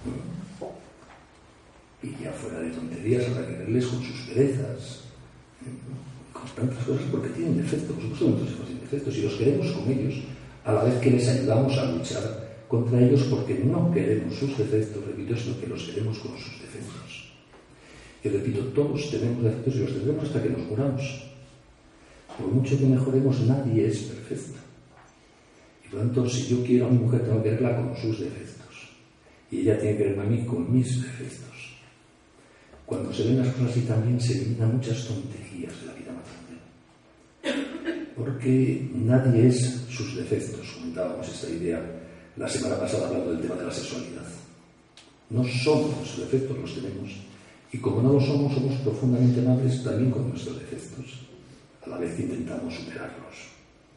Y ya fuera de tonterías, habrá que quererles con sus perezas, con tantas cosas, porque tienen defectos. Por supuesto, nuestros hijos tienen defectos y los queremos con ellos, a la vez que les ayudamos a luchar contra ellos, porque no queremos sus defectos, repito, sino que los queremos con sus defectos. Y repito, todos tenemos defectos y los tendremos hasta que nos muramos. Por mucho que mejoremos, nadie es perfecto. Y por lo tanto, si yo quiero a mi mujer, tengo que quererla con sus defectos. Y ella tiene que quererme a mí con mis defectos. Cuando se ven las cosas así, también se eliminan muchas tonterías de la vida matrimonial. Porque nadie es sus defectos. Comentábamos esta idea la semana pasada hablando del tema de la sexualidad. No somos los defectos, los tenemos. Y como no lo somos, somos profundamente amables también con nuestros defectos, a la vez que intentamos superarlos.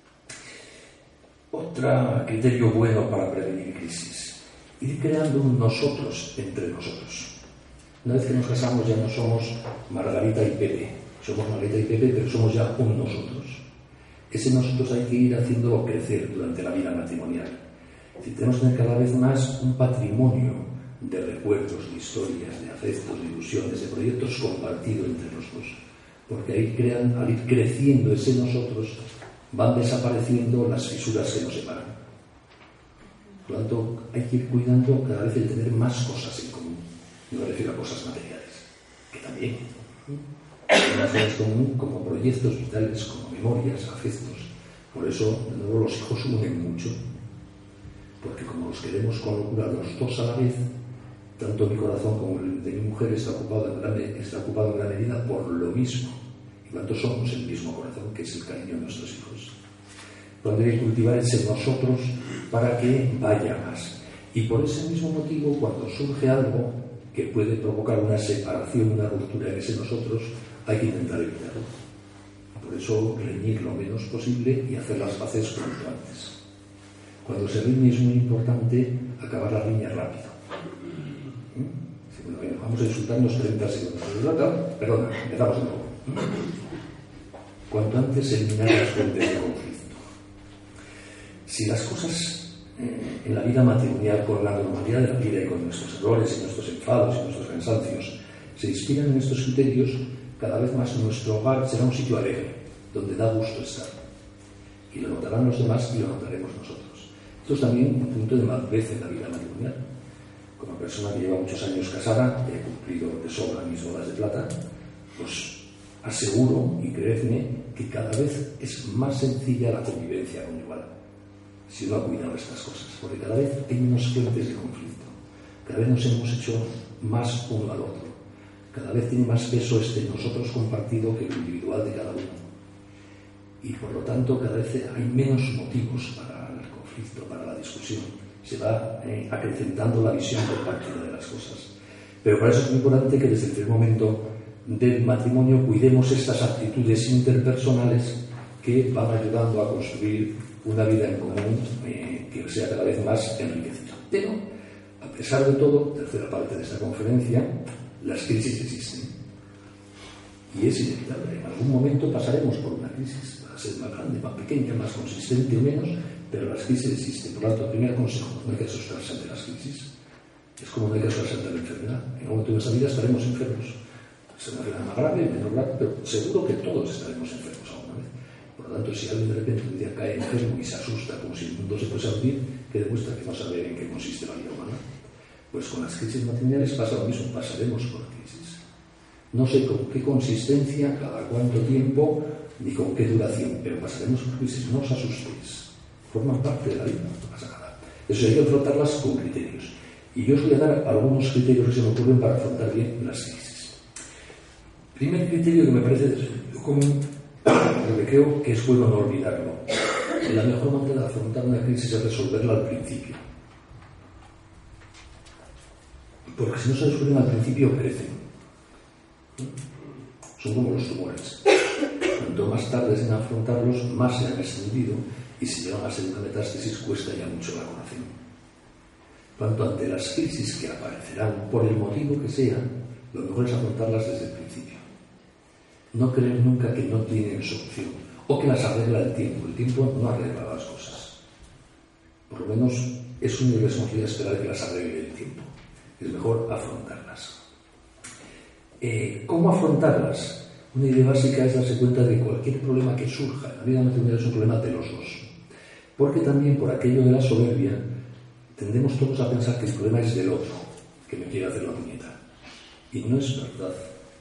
Otro criterio bueno para prevenir crisis: ir creando un nosotros entre nosotros. Una vez que nos casamos ya no somos Margarita y Pepe. Somos Margarita y Pepe, pero somos ya un nosotros. Ese nosotros hay que ir haciéndolo crecer durante la vida matrimonial. Es decir, tenemos que tener cada vez más un patrimonio de recuerdos, de historias, de afectos, de ilusiones, de proyectos compartidos entre los dos. Porque ahí crean, al ir creciendo ese nosotros, van desapareciendo las fisuras que nos separan. Por lo tanto, hay que ir cuidando cada vez de tener más cosas en común. No me refiero a cosas materiales, que también. Las cosas común como proyectos vitales, como memorias, afectos. Por eso, de nuevo, los hijos unen mucho. Porque como los queremos con locura los dos a la vez, tanto mi corazón como el de mi mujer está ocupado en gran, está ocupado en gran medida por lo mismo. Y cuanto somos el mismo corazón, que es el cariño de nuestros hijos. Donde hay que cultivar ese nosotros para que vaya más. Y por ese mismo motivo, cuando surge algo que puede provocar una separación, una ruptura en ese nosotros, hay que intentar evitarlo. Por eso, reñir lo menos posible y hacer las paces cuanto antes. Cuando se riñe es muy importante acabar la riña rápido. Sí, bueno, bueno, vamos a insultarnos treinta segundos. Perdona, empezamos de nuevo. Cuanto antes eliminar las fuentes de conflicto. Si las cosas eh, en la vida matrimonial, con la normalidad de la vida y con nuestros errores y nuestros enfados y nuestros cansancios, se inspiran en estos criterios, cada vez más nuestro hogar será un sitio alegre, donde da gusto estar. Y lo notarán los demás y lo notaremos nosotros. Esto es también un punto de madurez en la vida matrimonial. Como persona que lleva muchos años casada, he cumplido de sobra mis bodas de plata, pues aseguro y creedme que cada vez es más sencilla la convivencia conyugal, si uno ha cuidado estas cosas, porque cada vez hay menos fuentes de conflicto, cada vez nos hemos hecho más uno al otro. Cada vez tiene más peso este nosotros compartido que lo individual de cada uno. Y por lo tanto cada vez hay menos motivos para el conflicto, para la discusión. Se va eh, acrecentando la visión compartida de las cosas. Pero para eso es muy importante que desde el primer momento del matrimonio cuidemos estas actitudes interpersonales que van ayudando a construir una vida en común eh, que sea cada vez más enriquecida. Pero, a pesar de todo, tercera parte de esta conferencia, las crisis existen. Y es inevitable. En algún momento pasaremos por una crisis. Va a ser más grande, más pequeña, más consistente o menos, pero las crisis existen. Por lo tanto, el primer consejo, no hay que asustarse ante las crisis. Es como no hay que asustarse ante la enfermedad. En un momento de nuestra vida estaremos enfermos. Será una enfermedad más grave, menos grave, pero seguro que todos estaremos enfermos alguna vez. Por lo tanto, si alguien de repente un día cae enfermo y se asusta como si el mundo se fuese a hundir, que demuestra que no sabe en qué consiste la vida humana. Pues con las crisis matrimoniales pasa lo mismo, pasaremos por crisis. No sé con qué consistencia, cada cuánto tiempo, ni con qué duración, pero pasaremos por crisis. No os asustéis. Forman parte de la vida, no pasa nada. Eso hay que afrontarlas con criterios. Y yo os voy a dar algunos criterios que se me ocurren para afrontar bien las crisis. Primer criterio que me parece común, pero que creo que es bueno no olvidarlo. La mejor manera de afrontar una crisis es resolverla al principio. Porque si no se resuelven al principio, crecen. Son como los tumores. Cuanto más tardes en afrontarlos, más se han extendido y si llegan a ser una metástasis cuesta ya mucho la curación. Cuanto ante las crisis que aparecerán, por el motivo que sea, lo mejor es afrontarlas desde el principio. No creer nunca que no tienen solución o que las arregla el tiempo. El tiempo no arregla las cosas. Por lo menos es una irresponsabilidad esperar que las arregle el tiempo. Es mejor afrontarlas. Eh, ¿Cómo afrontarlas? Una idea básica es darse cuenta de que cualquier problema que surja en la vida matrimonial es un problema de los dos. Porque también por aquello de la soberbia tendemos todos a pensar que el problema es del otro, que me quiere hacer la puñeta. Y no es verdad.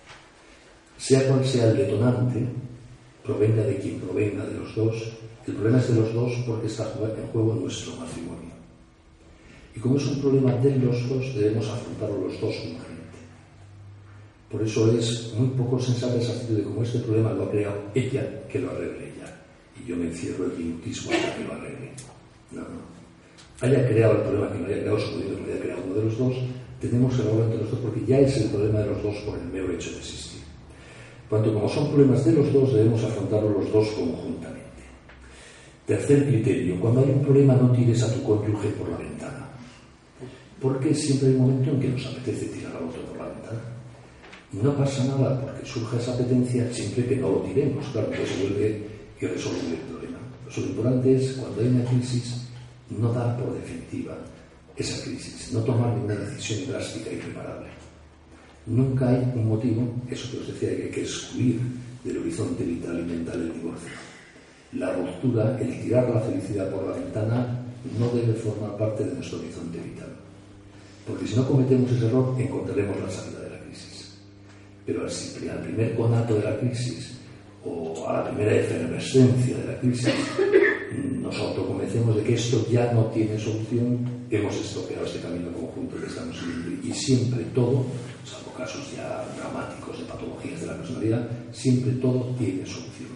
Sea cual sea el detonante, provenga de quien provenga de los dos, el problema es de los dos porque está en juego nuestro matrimonio. Y como es un problema de los dos, debemos afrontarlo los dos humanamente. Por eso es muy poco sensata esa actitud de como este problema lo ha creado ella, que lo arregle ella. Y yo me encierro el minutismo hasta que lo arregle. No, no. Haya creado el problema que no haya creado, suponiendo que no haya creado uno de los dos, tenemos que hablar entre los dos porque ya es el problema de los dos por el mero hecho de existir. Por tanto, como son problemas de los dos, debemos afrontarlos los dos conjuntamente. Tercer criterio, cuando hay un problema no tires a tu cónyuge por la ventana. Porque siempre hay un momento en que nos apetece tirar al otro por la ventana. Y no pasa nada porque surja esa apetencia siempre que no lo tiremos. Claro, que se vuelve irresoluble el problema. Lo importante es, cuando hay una crisis, no dar por definitiva esa crisis, no tomar ninguna decisión drástica y irreparable. Nunca hay un motivo, eso que os decía, que hay que excluir del horizonte vital y mental el divorcio. La ruptura, el tirar la felicidad por la ventana, no debe formar parte de nuestro horizonte vital. Porque si no cometemos ese error, encontraremos la salida de la crisis. Pero al primer conato de la crisis, o a la primera efervescencia de la crisis, nos autoconvencemos de que esto ya no tiene solución, hemos estropeado este camino conjunto que estamos siguiendo. Y siempre todo, salvo casos ya dramáticos de patologías de la personalidad, siempre todo tiene solución.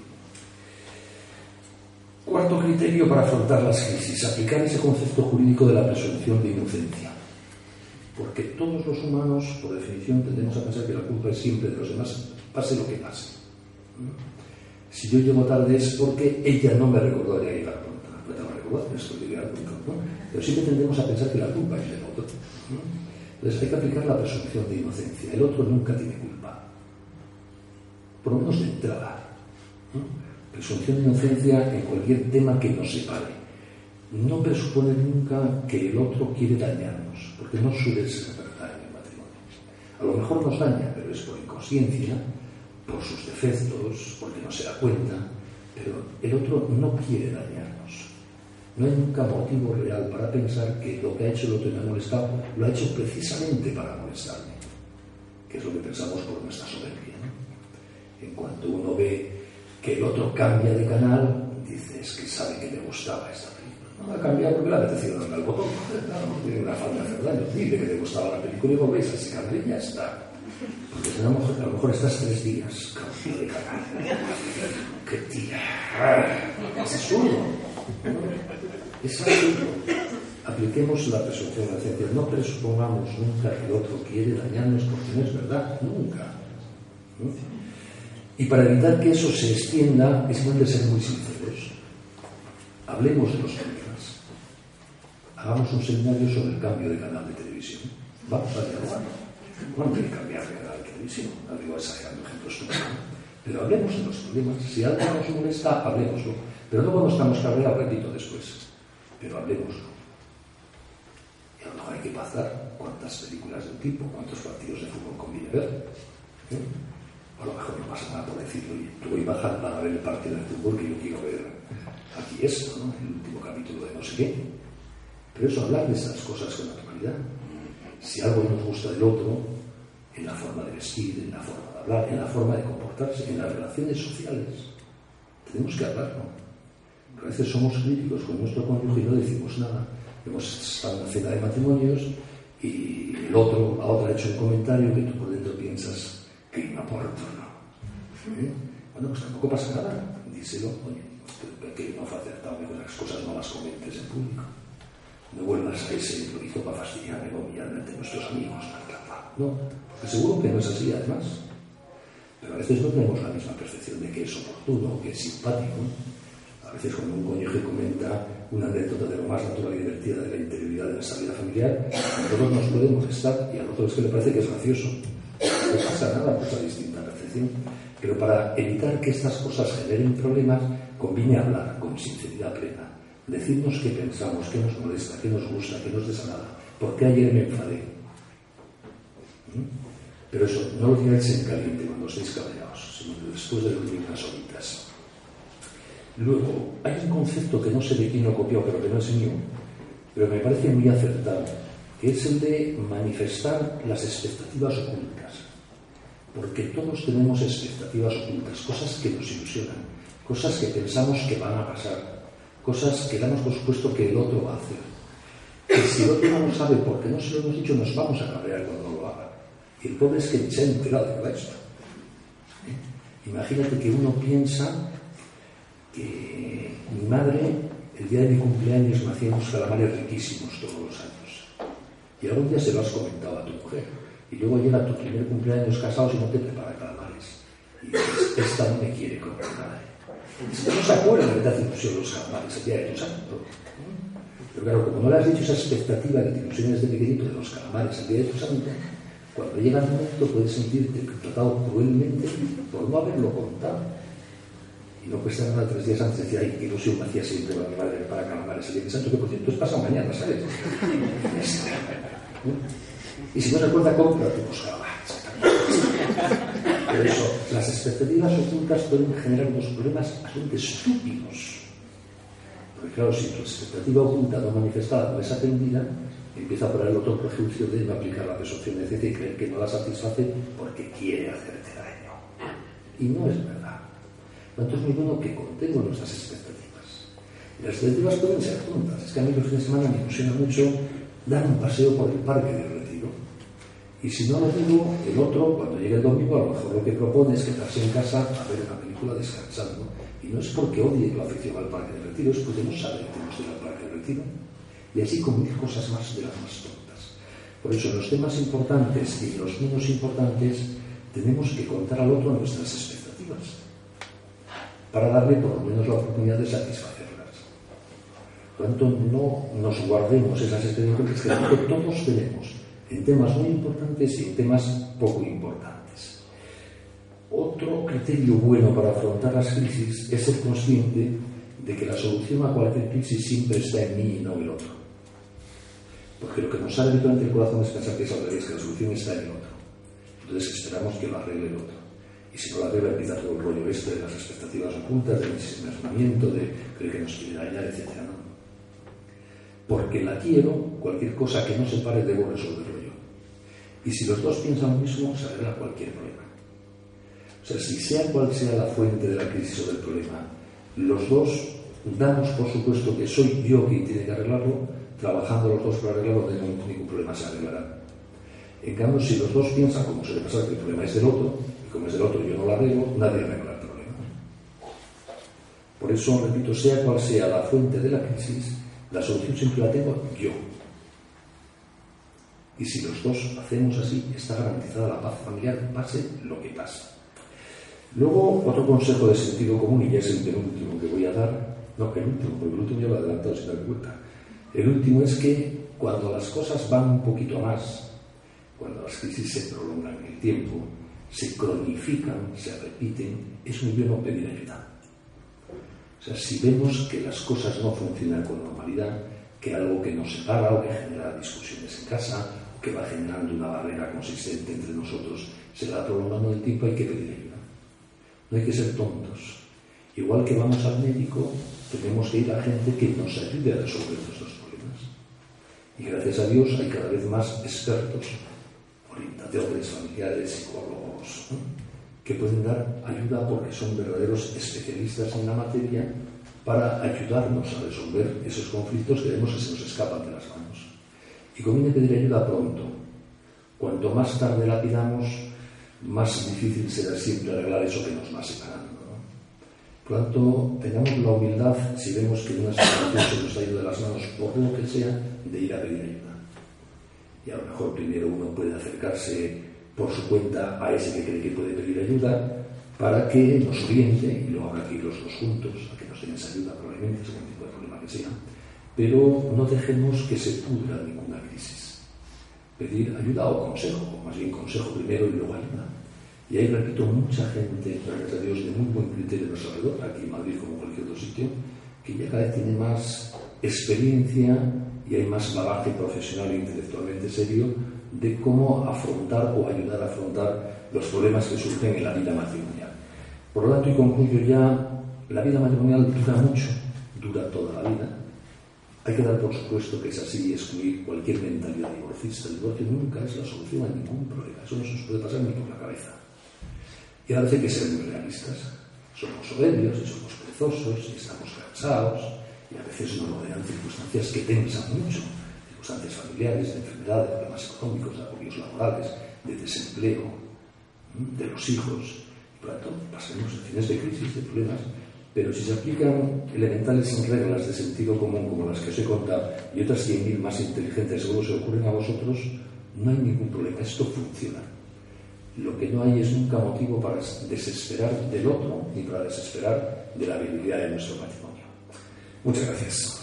Cuarto criterio para afrontar las crisis, aplicar ese concepto jurídico de la presunción de inocencia. Porque todos los humanos, por definición, tendemos a pensar que la culpa es siempre de los demás, pase lo que pase. Si yo llego tarde es porque ella no me recordó de llegar pronto. No te lo recordó, esto de llegar pronto, ¿no? Pero siempre tendemos a pensar que la culpa es del otro, ¿no? Entonces hay que aplicar la presunción de inocencia. El otro nunca tiene culpa. Por lo menos de entrada, ¿no? Presunción de inocencia en cualquier tema que nos separe. No presupone nunca que el otro quiere dañarnos, porque no suele ser verdad en el matrimonio. A lo mejor nos daña, pero es por inconsciencia, por sus defectos, porque no se da cuenta, pero el otro no quiere dañarnos. No hay nunca motivo real para pensar que lo que ha hecho el otro y me ha molestado, lo ha hecho precisamente para molestarme, que es lo que pensamos por nuestra soberbia, ¿no? En cuanto uno ve que el otro cambia de canal, dice, es que sabe que me gustaba esta película. No ha cambiado porque le ha apetecido darle al botón. Claro, no tiene una falta de hacer daño. Dile que te gustaba la película y volvéis a secarle y ya está. Porque a lo mejor, a lo mejor estás tres días. Cabrón de cagar. ¡Qué tía! Es absurdo. Es absurdo. Apliquemos la presunción de la ciencia. No presupongamos nunca que el otro quiere dañarnos porque no es verdad. Nunca. ¿No? Y para evitar que eso se extienda, es bueno ser muy sinceros. Hablemos de los problemas. Hagamos un seminario sobre el cambio de canal de televisión. Vamos a dialogar. No hay que cambiar de canal de televisión. No digo exagerando ejemplos estúpidos. Pero hablemos de los problemas. Si algo nos molesta, hablemoslo. Pero no cuando estamos cabreados, repito después. Pero hablemoslo. Y a lo mejor hay que pasar cuántas películas del tipo, cuántos partidos de fútbol conviene ver. ¿Eh? A lo mejor no pasa nada por decirlo, oye, tú voy a bajar para ver el partido de fútbol que yo quiero ver aquí esto, ¿no? El último capítulo de no sé qué. Pero eso, hablar de estas cosas con naturalidad. Si algo nos gusta del otro, en la forma de vestir, en la forma de hablar, en la forma de comportarse, en las relaciones sociales, tenemos que hablarlo. Pero a veces somos críticos con nuestro cónyuge y no decimos nada. Hemos estado en una cena de matrimonios y el otro, la otra ha hecho un comentario que tú por dentro piensas que inoportuno. ¿Eh? Bueno, pues tampoco pasa nada. Díselo, oye, que no fue acertado, que las cosas no las comentes en público. No vuelvas a ese improviso para fastidiarme o humillarme ante nuestros amigos. No, porque seguro que no es así, además. Pero a veces no tenemos la misma percepción de que es oportuno o que es simpático. A veces cuando un cónyuge comenta una anécdota de lo más natural y divertida de la interioridad de nuestra vida familiar, a nosotros nos puede molestar y a nosotros es que le parece que es gracioso. No pasa nada por esa distinta percepción. Pero para evitar que estas cosas generen problemas, conviene hablar con sinceridad plena. Decirnos qué pensamos, qué nos molesta, qué nos gusta, qué nos desagrada. ¿Por qué ayer me enfadé? ¿Mm? Pero eso, no lo digáis en caliente cuando estéis cabreados, sino después de dormir unas horitas. Luego, hay un concepto que no sé de quién lo copió, pero que no es mío, pero me parece muy acertado, que es el de manifestar las expectativas ocultas. Porque todos tenemos expectativas ocultas, cosas que nos ilusionan, cosas que pensamos que van a pasar, cosas que damos por supuesto que el otro va a hacer. Y si el otro no lo sabe porque no se lo hemos dicho, nos vamos a cabrear cuando no lo haga. Y el pobre es que se ha enterado de todo esto. ¿Eh? Imagínate que uno piensa que mi madre, el día de mi cumpleaños, me hacía unos calamares riquísimos todos los años. Y algún día se lo has comentado a tu mujer. Y luego llega tu primer cumpleaños casados y no te prepara calamares. Y dices, esta no me quiere con nada. Es que no se acuerda que te hace ilusión los calamares el día de tu santo. Pero claro, como no le has dicho esa expectativa que te ilusiones de pequeñito de los calamares el día de tu santo, cuando llega el momento puedes sentirte tratado cruelmente por no haberlo contado. Y no cuesta nada tres días antes decir, ay, qué ilusión me hacía siempre para mi madre para calamares el día de santo, que por cierto es pasado mañana, ¿sabes? Y si no se acuerda, compra tus calamares. Pero eso, las expectativas ocultas pueden generar unos problemas bastante estúpidos. Porque claro, si tu expectativa oculta no manifestada no es atendida, empieza por el otro prejuicio de no aplicar la presunción de ciencia y creer que no la satisface porque quiere hacerte daño. Y no es verdad. Por tanto, es muy bueno que contemos nuestras expectativas. Y las expectativas pueden ser tontas. Es que a mí los fines de semana me ilusiona mucho dar un paseo por el parque de Retiro. Y si no lo digo, el otro, cuando llegue el domingo, a lo mejor lo que propone es quedarse en casa a ver una película descansando. Y no es porque odie la afición al parque de Retiro, es porque no sabe que tenemos que ir al parque de Retiro. Y así con mil cosas más de las más tontas. Por eso, en los temas importantes y en los menos importantes, tenemos que contar al otro nuestras expectativas, para darle por lo menos la oportunidad de satisfacerlas. Por lo tanto, no nos guardemos esas expectativas que todos tenemos, en temas muy importantes y en temas poco importantes. Otro criterio bueno para afrontar las crisis es ser consciente de que la solución a cualquier crisis siempre está en mí y no en el otro. Porque lo que nos sale durante el corazón es pensar que es al revés, que la solución está en el otro. Entonces esperamos que lo arregle el otro. Y si no lo arregla, empieza todo el rollo este de las expectativas ocultas, del ensimismamiento, de creer que nos quiere dañar, etcétera. ¿No? Porque la quiero, cualquier cosa que no se pare debo resolverlo yo. Y si los dos piensan lo mismo, se arregla cualquier problema. O sea, si sea cual sea la fuente de la crisis o del problema, los dos damos por supuesto que soy yo quien tiene que arreglarlo, trabajando los dos para arreglarlo, no tengo ningún problema, se arreglará. En cambio, si los dos piensan, como suele pasar, que el problema es del otro, y como es del otro yo no lo arreglo, nadie arregla el problema. Por eso, repito, sea cual sea la fuente de la crisis, la solución siempre la tengo yo. Y si los dos hacemos así, está garantizada la paz familiar, pase lo que pase. Luego, otro consejo de sentido común, y ya es el penúltimo que voy a dar, no, el último, porque el último ya lo he adelantado sin darme cuenta. El último es que cuando las cosas van un poquito a más, cuando las crisis se prolongan en el tiempo, se cronifican, se repiten, es muy bueno pedir ayuda. O sea, si vemos que las cosas no funcionan con normalidad, que algo que nos separa o que genera discusiones en casa, o que va generando una barrera consistente entre nosotros, se va prolongando en el tiempo, hay que pedir ayuda. No hay que ser tontos. Igual que vamos al médico, tenemos que ir a gente que nos ayude a resolver nuestros problemas. Y gracias a Dios hay cada vez más expertos, orientadores, familiares, psicólogos, ¿no?, que pueden dar ayuda porque son verdaderos especialistas en la materia para ayudarnos a resolver esos conflictos que vemos que se nos escapan de las manos. Y conviene pedir ayuda pronto. Cuanto más tarde la pidamos, más difícil será siempre arreglar eso que nos va separando, ¿no? Por lo tanto, tengamos la humildad, si vemos que una situación se nos ha ido de las manos por lo que sea, de ir a pedir ayuda. Y a lo mejor primero uno puede acercarse por su cuenta a ese que cree que puede pedir ayuda para que nos oriente y lo haga aquí los dos juntos, a que nos den esa ayuda probablemente, según el tipo de problema que sea. Pero no dejemos que se pudra ninguna crisis. Pedir ayuda o consejo, o más bien consejo primero y luego ayuda. Y ahí, repito, mucha gente, gracias a Dios, de muy buen criterio a nuestro alrededor, aquí en Madrid como en cualquier otro sitio, que ya cada vez tiene más experiencia y hay más bagaje profesional e intelectualmente serio de cómo afrontar o ayudar a afrontar los problemas que surgen en la vida matrimonial. Por lo tanto, y concluyo ya, la vida matrimonial dura mucho, dura toda la vida. Hay que dar por supuesto que es así y excluir cualquier mentalidad divorcista. El divorcio nunca es la solución a ningún problema. Eso no se nos puede pasar ni por la cabeza. Y a veces hay que ser muy realistas. Somos soberbios y somos perezosos y estamos cansados y a veces nos rodean circunstancias que tensan mucho. Circunstancias familiares, de enfermedad, de problemas económicos, de apoyos laborales, de desempleo, de los hijos. Por lo tanto, pasemos en fines de crisis, de problemas. Pero si se aplican elementales reglas de sentido común como las que os he contado y otras cien mil más inteligentes seguro se ocurren a vosotros, no hay ningún problema. Esto funciona. Lo que no hay es nunca motivo para desesperar del otro ni para desesperar de la viabilidad de nuestro matrimonio. Muchas gracias.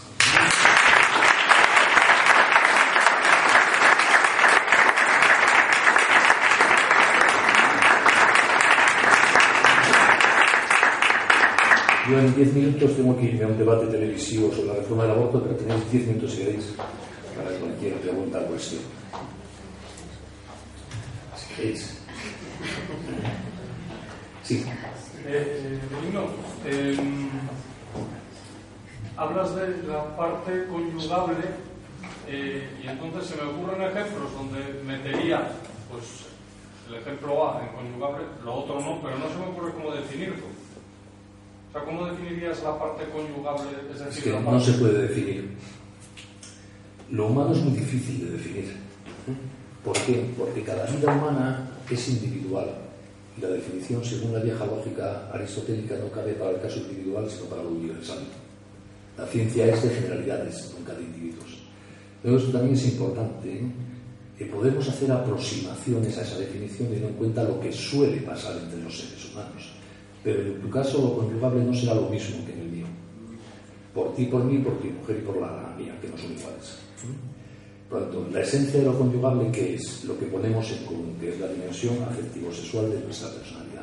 Yo en diez minutos tengo que irme a un debate televisivo sobre la reforma del aborto, pero tenéis diez minutos si queréis para cualquier pregunta o cuestión. Si queréis. Sí. Eh, Benigno, eh, hablas de la parte conyugable eh, y entonces se me ocurren ejemplos donde metería pues el ejemplo A en conyugable, lo otro no, pero no se me ocurre cómo definirlo. O sea, ¿cómo definirías la parte conyugable? Es decir, es que la parte... no se puede definir. Lo humano es muy difícil de definir. ¿Por qué? Porque cada vida humana es individual. Y la definición, según la vieja lógica aristotélica, no cabe para el caso individual, sino para lo universal. La ciencia es de generalidades, nunca de individuos. Pero esto también es importante, ¿eh? Que podemos hacer aproximaciones a esa definición teniendo en cuenta lo que suele pasar entre los seres humanos. Pero en tu caso lo conyugable no será lo mismo que en el mío. Por ti, por mí, por tu mujer y por la mía, que no son iguales. Por lo tanto, la esencia de lo conyugable, ¿qué es? Lo que ponemos en común, que es la dimensión afectivo-sexual de nuestra personalidad.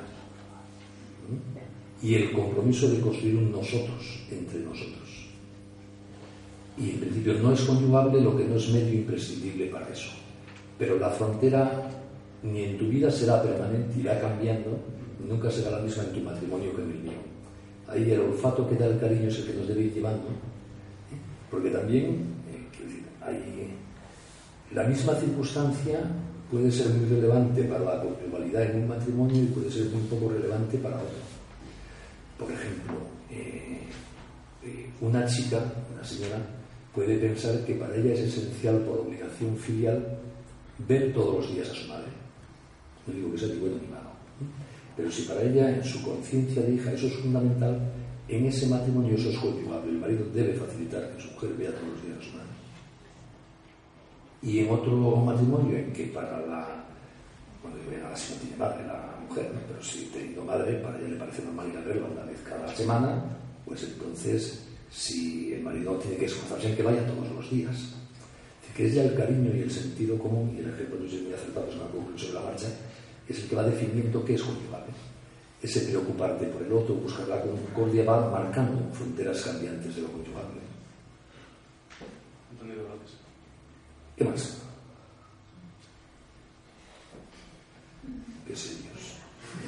Y el compromiso de construir un nosotros entre nosotros. Y en principio no es conyugable lo que no es medio imprescindible para eso. Pero la frontera ni en tu vida será permanente, irá cambiando. Nunca será la misma en tu matrimonio que en el mío. Ahí el olfato que da el cariño es el que nos debe ir llevando. Porque también eh, hay, la misma circunstancia puede ser muy relevante para la conyugalidad en un matrimonio y puede ser muy poco relevante para otro. Por ejemplo, eh, eh, una chica, una señora, puede pensar que para ella es esencial por obligación filial ver todos los días a su madre. No digo que sea ni bueno ni malo, ¿eh? Pero si para ella, en su conciencia de hija, eso es fundamental, en ese matrimonio eso es conyugable. El marido debe facilitar que su mujer vea todos los días a su madre. Y en otro matrimonio en que para la, cuando yo nada si no tiene madre la mujer, ¿no? Pero si ha tenido madre, para ella le parece normal ir a verla una vez cada semana, pues entonces si el marido tiene que esforzarse en que vaya todos los días. Es decir, que es ya el cariño y el sentido común, y el ejemplo no es muy acertado, es una conclusión sobre la marcha, es el que va definiendo qué es conyugable. Ese preocuparte por el otro, buscar la concordia, va marcando fronteras cambiantes de lo conyugable. Entendido, gracias. ¿Qué más? Qué serios.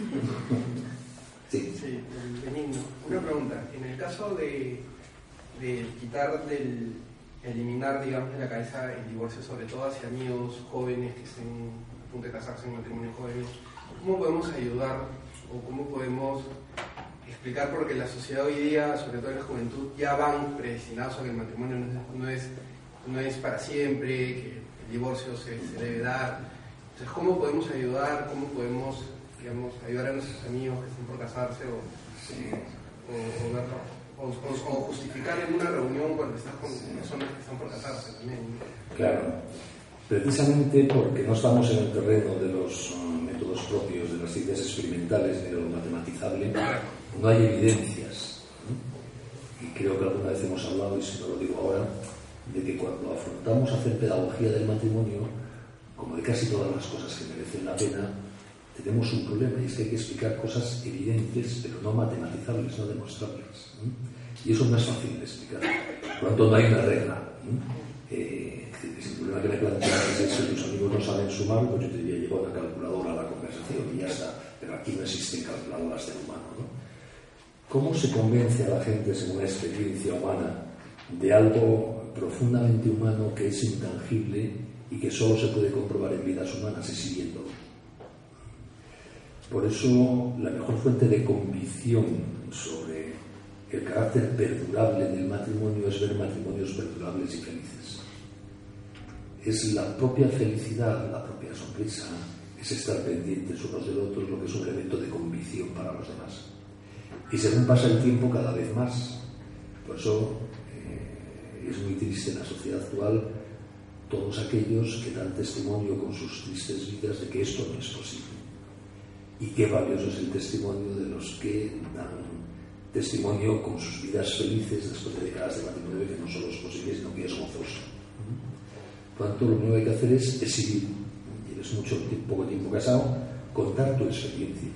Sí. Sí, Benigno. Una pregunta. En el caso de, de quitar, del eliminar, digamos, de la cabeza el divorcio, sobre todo hacia amigos jóvenes que estén a punto de casarse en matrimonio jóvenes, ¿cómo podemos ayudar o cómo podemos explicar? Porque la sociedad hoy día, sobre todo en la juventud, ya van predestinados a que el matrimonio no es, no es, no es para siempre, que el divorcio se, se debe dar. Entonces, ¿cómo podemos ayudar? ¿Cómo podemos, digamos, ayudar a nuestros amigos que están por casarse o, sí. o, o, verlo, o, o, o justificar en una reunión cuando estás con personas que están por casarse también? Claro, precisamente porque no estamos en el terreno de los um, métodos propios de las ciencias experimentales ni de lo matematizable, no hay evidencias, ¿no? Y creo que alguna vez hemos hablado, y si no lo digo ahora, de que cuando afrontamos a hacer pedagogía del matrimonio, como de casi todas las cosas que merecen la pena, tenemos un problema, y es que hay que explicar cosas evidentes, pero no matematizables, no demostrables, ¿no? Y eso no es fácil de explicar. Por lo tanto, no hay una regla, ¿no? Eh, si el problema que me planteas es que tus amigos no saben sumar, pues yo te diría, lleva una calculadora a la conversación y ya está. Pero aquí no existen calculadoras del humano, ¿no? ¿Cómo se convence a la gente, según una experiencia humana, de algo profundamente humano que es intangible y que solo se puede comprobar en vidas humanas? Es siguiéndolo. Por eso, la mejor fuente de convicción sobre el carácter perdurable del matrimonio es ver matrimonios perdurables y felices. Es la propia felicidad, la propia sonrisa, es estar pendientes unos del otro, lo que es un elemento de convicción para los demás. Y según pasa el tiempo, cada vez más. Por eso eh, es muy triste en la sociedad actual todos aquellos que dan testimonio con sus tristes vidas de que esto no es posible. Y qué valioso es el testimonio de los que dan testimonio con sus vidas felices después de décadas de matrimonio, que no solo es posible, sino que es gozoso. Por tanto, lo único que hay que hacer es exhibir. Lleves mucho poco tiempo casado, contar tu experiencia.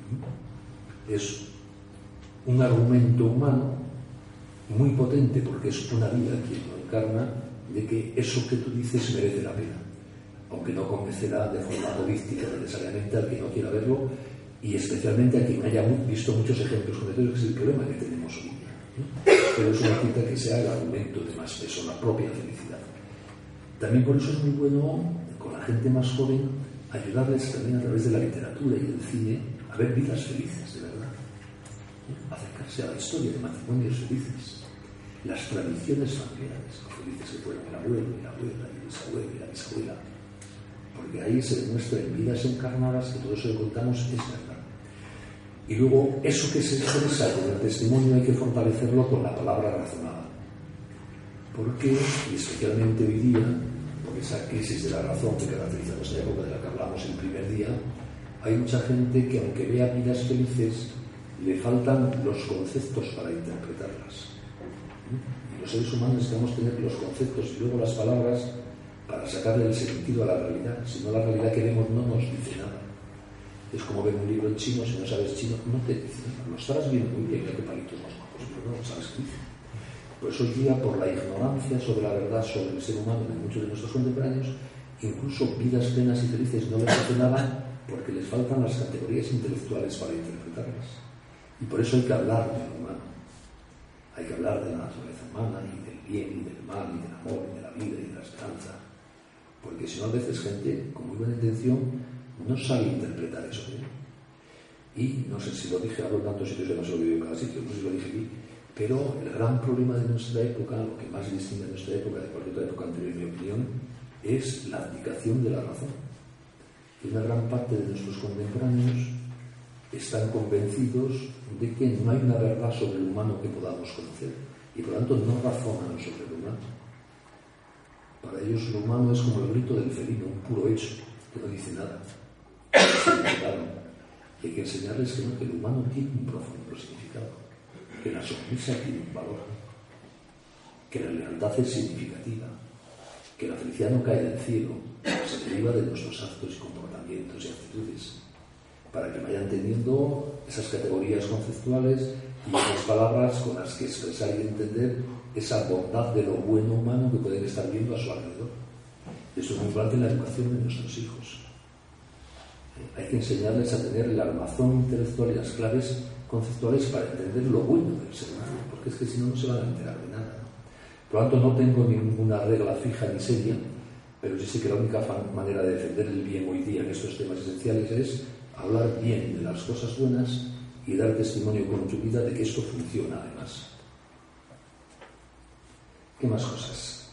Es un argumento humano muy potente, porque es una vida quien lo encarna, de que eso que tú dices merece la pena, aunque no convencerá de forma política necesariamente al que no quiera verlo, y especialmente a quien haya visto muchos ejemplos concretos, que es el problema que tenemos hoy día, ¿no? Pero es una cita que sea el argumento de más peso, la propia felicidad. También por eso es muy bueno, con la gente más joven, ayudarles también a través de la literatura y del cine a ver vidas felices, de verdad. Acercarse a la historia de matrimonios felices, las tradiciones familiares, lo felices que fueron el abuelo y la abuela y el bisabuelo y la bisabuela, porque ahí se demuestra en vidas encarnadas que todo eso que contamos es verdad. Y luego, eso que se expresa con el testimonio hay que fortalecerlo con la palabra razonada. Porque, y especialmente hoy día, por esa crisis de la razón que caracteriza nuestra época de la que hablamos el primer día, hay mucha gente que, aunque vea vidas felices, le faltan los conceptos para interpretarlas. Y los seres humanos necesitamos tener los conceptos y luego las palabras para sacarle el sentido a la realidad. Si no, la realidad que vemos no nos dice nada. Es como ver un libro en chino, si no sabes chino, no te dice nada. Lo estarás viendo muy bien, ya que palitos más guapos, pero no sabes qué dice. Por eso hoy día, por la ignorancia sobre la verdad sobre el ser humano de muchos de nuestros contemporáneos, incluso vidas plenas y felices no les hace nada porque les faltan las categorías intelectuales para interpretarlas. Y por eso hay que hablar del humano. Hay que hablar de la naturaleza humana y del bien y del mal y del amor y de la vida y de la esperanza. Porque si no, a veces gente con muy buena intención no sabe interpretar eso. ¿eh? Y no sé si lo dije, hablo en tantos sitios que no se lo digo en cada sitio, no sé si lo dije aquí, Pero el gran problema de nuestra época, lo que más distingue a nuestra época de cualquier otra época anterior, en mi opinión, es la abdicación de la razón. Y una gran parte de nuestros contemporáneos están convencidos de que no hay una verdad sobre el humano que podamos conocer y por lo tanto no razonan sobre el humano. Para ellos lo humano es como el grito del felino, un puro hecho que no dice nada. Y hay que enseñarles que, no, que el humano tiene un profundo significado, que la sonrisa tiene un valor, que la lealtad es significativa, que la felicidad no cae del cielo, se deriva de nuestros actos y comportamientos y actitudes, para que vayan teniendo esas categorías conceptuales y esas palabras con las que expresar y entender esa bondad de lo bueno humano que pueden estar viendo a su alrededor. Eso es muy importante en la educación de nuestros hijos. Hay que enseñarles a tener el armazón intelectual y las claves conceptuales para entender lo bueno del ser humano, porque es que si no, no se van a enterar de nada. Por lo tanto, no tengo ninguna regla fija ni seria, pero sí sé que la única manera de defender el bien hoy día en estos temas esenciales es hablar bien de las cosas buenas y dar testimonio con tu vida de que esto funciona además. ¿Qué más cosas?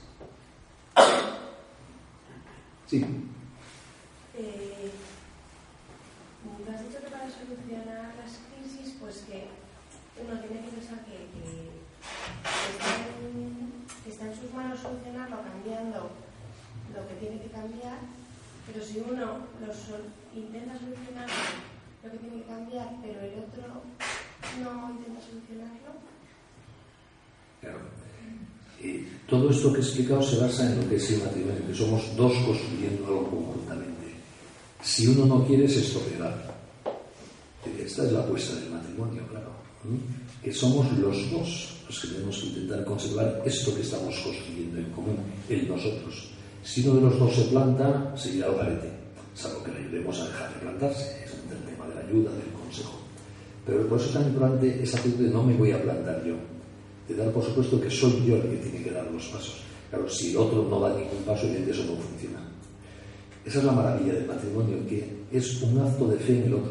Sí. Eh, me has dicho que para solucionar las crisis, pues que uno tiene que pensar que, que, que, está en, que está en sus manos solucionarlo cambiando lo que tiene que cambiar, pero si uno lo sol, intenta solucionar lo que tiene que cambiar, pero el otro no intenta solucionarlo. Claro. Eh, todo esto que he explicado se basa en lo que es el matrimonio, que somos dos construyendo algo conjuntamente. Si uno no quiere, se estropeará. Esta es la apuesta del matrimonio, claro. ¿Mm? Que somos los dos los que tenemos que intentar conservar esto que estamos construyendo en común, el nosotros. Si uno de los dos se planta, seguirá al garete, salvo que le ayudemos a dejar de plantarse. Es el tema de la ayuda, del consejo. Pero por eso es tan importante esa actitud de no me voy a plantar yo, de dar por supuesto que soy yo el que tiene que dar los pasos. Claro, si el otro no da ningún paso, evidentemente eso no funciona. Esa es la maravilla del matrimonio, que es un acto de fe en el otro.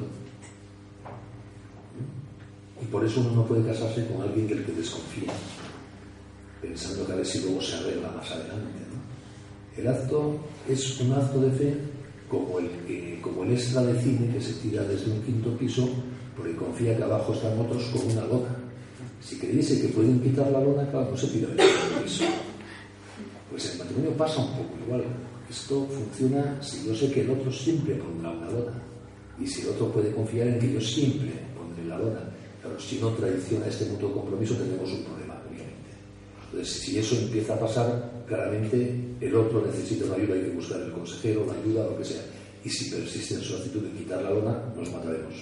Y por eso uno no puede casarse con alguien del que desconfía, pensando que a ver si luego se arregla más adelante, ¿no? El acto es un acto de fe como el, eh, como el extra de cine que se tira desde un quinto piso porque confía que abajo están otros con una lona. Si creyese que pueden quitar la lona, claro, no se tira del quinto piso. Pues el matrimonio pasa un poco igual. Esto funciona si yo sé que el otro siempre pondrá una lona. Y si el otro puede confiar en que yo siempre pondré la lona. Claro, si no traiciona este mutuo compromiso, tenemos un problema, obviamente. Entonces, si eso empieza a pasar, claramente el otro necesita una ayuda, hay que buscar el consejero, la ayuda, lo que sea. Y si persiste en su actitud de quitar la lona, nos mataremos.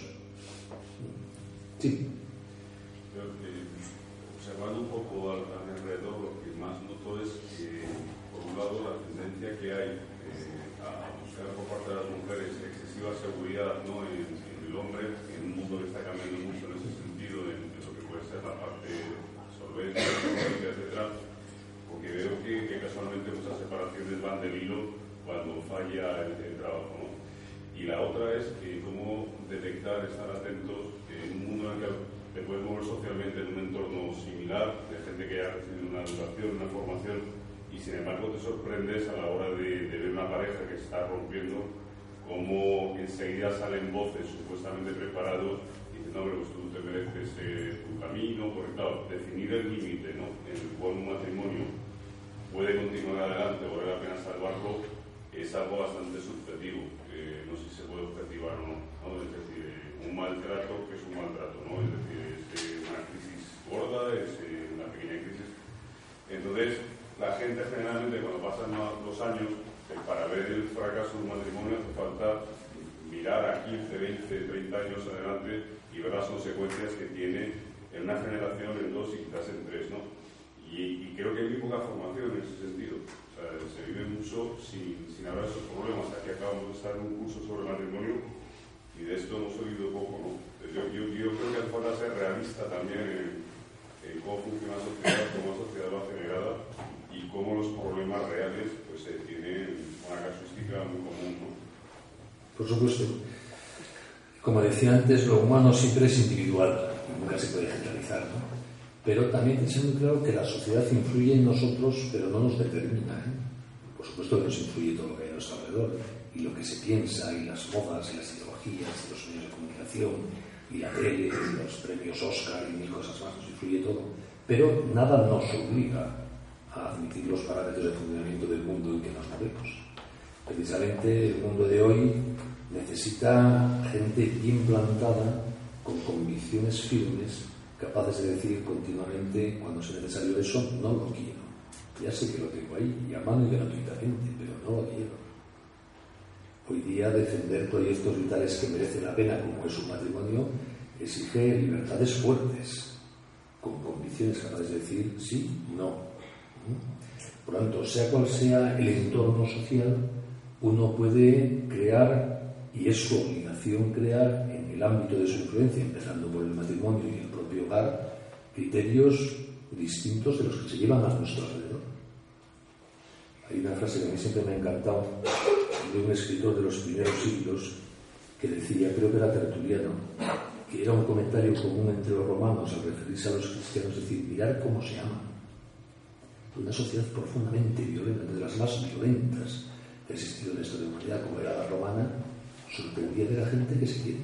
Sí. Creo que, observando un poco al, al alrededor, lo que más noto es que, por un lado, la tendencia que hay eh, a buscar por parte de las mujeres excesiva seguridad, ¿no?, en, en el hombre, en un mundo que está cambiando mucho en ese sentido, en, en lo que puede ser la parte solvencia, etcétera, porque veo que, que casualmente muchas separaciones van del hilo cuando falla el, el trabajo, ¿no? Y la otra es que cómo detectar, estar atentos en un mundo en el que te puedes mover socialmente en un entorno similar, de gente que ya recibe una educación, una formación, y sin embargo te sorprendes a la hora de, de ver una pareja que se está rompiendo, cómo enseguida salen voces supuestamente preparados y dicen, no, hombre, pues tú te mereces eh, tu camino, porque claro, definir el límite, ¿no?, en el cual un matrimonio puede continuar adelante o vale la pena salvarlo, es algo bastante subjetivo. Eh, no sé si se puede objetivar o no, ¿no? Es decir, eh, un maltrato que es un maltrato, ¿no? Es decir, es eh, una crisis gorda, es eh, una pequeña crisis. Entonces, la gente generalmente cuando pasan los años, eh, para ver el fracaso de un matrimonio hace falta mirar a quince, veinte, treinta años adelante y ver las consecuencias que tiene en una generación, en dos y quizás en tres, ¿no? Y, y creo que hay muy poca formación en ese sentido. O sea, se vive mucho sin, sin haber esos problemas. Aquí acabamos de estar en un curso sobre matrimonio y de esto hemos oído poco, ¿no? Yo, yo, yo creo que hace falta ser realista también en, en cómo funciona la sociedad, cómo la sociedad va generada y cómo los problemas reales pues eh, tienen una casuística muy común, ¿no? Por supuesto. Como decía antes, lo humano siempre es individual, nunca se puede generalizar, ¿no? Pero también hay que ser muy claro que la sociedad influye en nosotros, pero no nos determina, ¿eh? Por supuesto que nos influye todo lo que hay a nuestro alrededor, y lo que se piensa, y las modas, y las ideologías, y los medios de comunicación, y la tele, y los premios Oscar, y mil cosas más, nos influye todo. Pero nada nos obliga a admitir los parámetros de funcionamiento del mundo en que nos movemos. Precisamente el mundo de hoy necesita gente bien plantada, con convicciones firmes, capaces de decir continuamente, cuando sea necesario eso, no lo quiero. Ya sé que lo tengo ahí, llamando y gratuitamente, pero no lo quiero. Hoy día defender proyectos vitales que merecen la pena, como es un matrimonio, exige libertades fuertes, con convicciones capaces de decir sí, no. Por lo tanto, sea cual sea el entorno social, uno puede crear, y es su obligación crear, en el ámbito de su influencia, empezando por el matrimonio y el propio hogar, criterios distintos de los que se llevan a nuestro alrededor. Hay una frase que a mí siempre me ha encantado, de un escritor de los primeros siglos, que decía, creo que era Tertuliano, que era un comentario común entre los romanos al referirse a los cristianos, es decir, mirar cómo se aman. Una sociedad profundamente violenta, de las más violentas que ha existido en la historia de la humanidad, como era la romana, sorprendía de la gente que se quiere.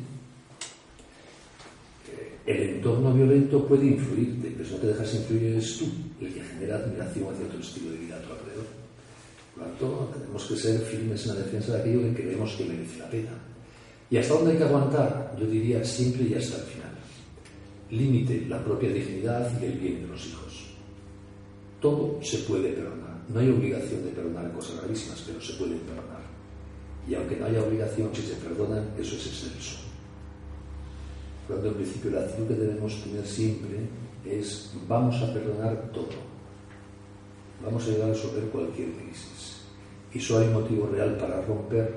El entorno violento puede influirte, pero si no te dejas influir eres tú el que genera admiración hacia otro estilo de vida a tu alrededor. Por lo tanto, tenemos que ser firmes en la defensa de aquello que creemos que merece la pena. ¿Y hasta dónde hay que aguantar? Yo diría siempre y hasta el final. Límite la propia dignidad y el bien de los hijos. Todo se puede perdonar. No hay obligación de perdonar cosas gravísimas, pero se pueden perdonar. Y aunque no haya obligación, si se perdonan, eso es excelso. Por lo tanto, en principio, la actitud que debemos tener siempre es vamos a perdonar todo. Vamos a ayudar a resolver cualquier crisis. Y solo hay motivo real para romper,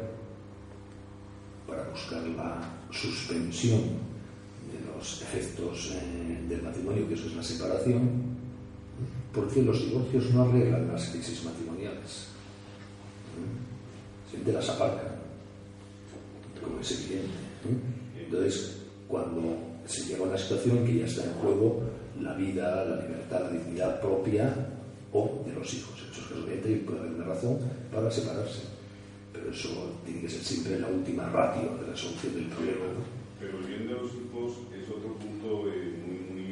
para buscar la suspensión de los efectos eh, del matrimonio, que eso es la separación, porque los divorcios no arreglan las crisis matrimoniales. Siempre las aparcan, como es evidente. Entonces, cuando se llega a una situación en que ya está en juego la vida, la libertad, la dignidad propia o de los hijos. En esos casos, obviamente, puede haber una razón para separarse. Pero eso tiene que ser siempre la última ratio de la solución del problema, ¿no? Pero el bien de los hijos es otro punto eh, muy, muy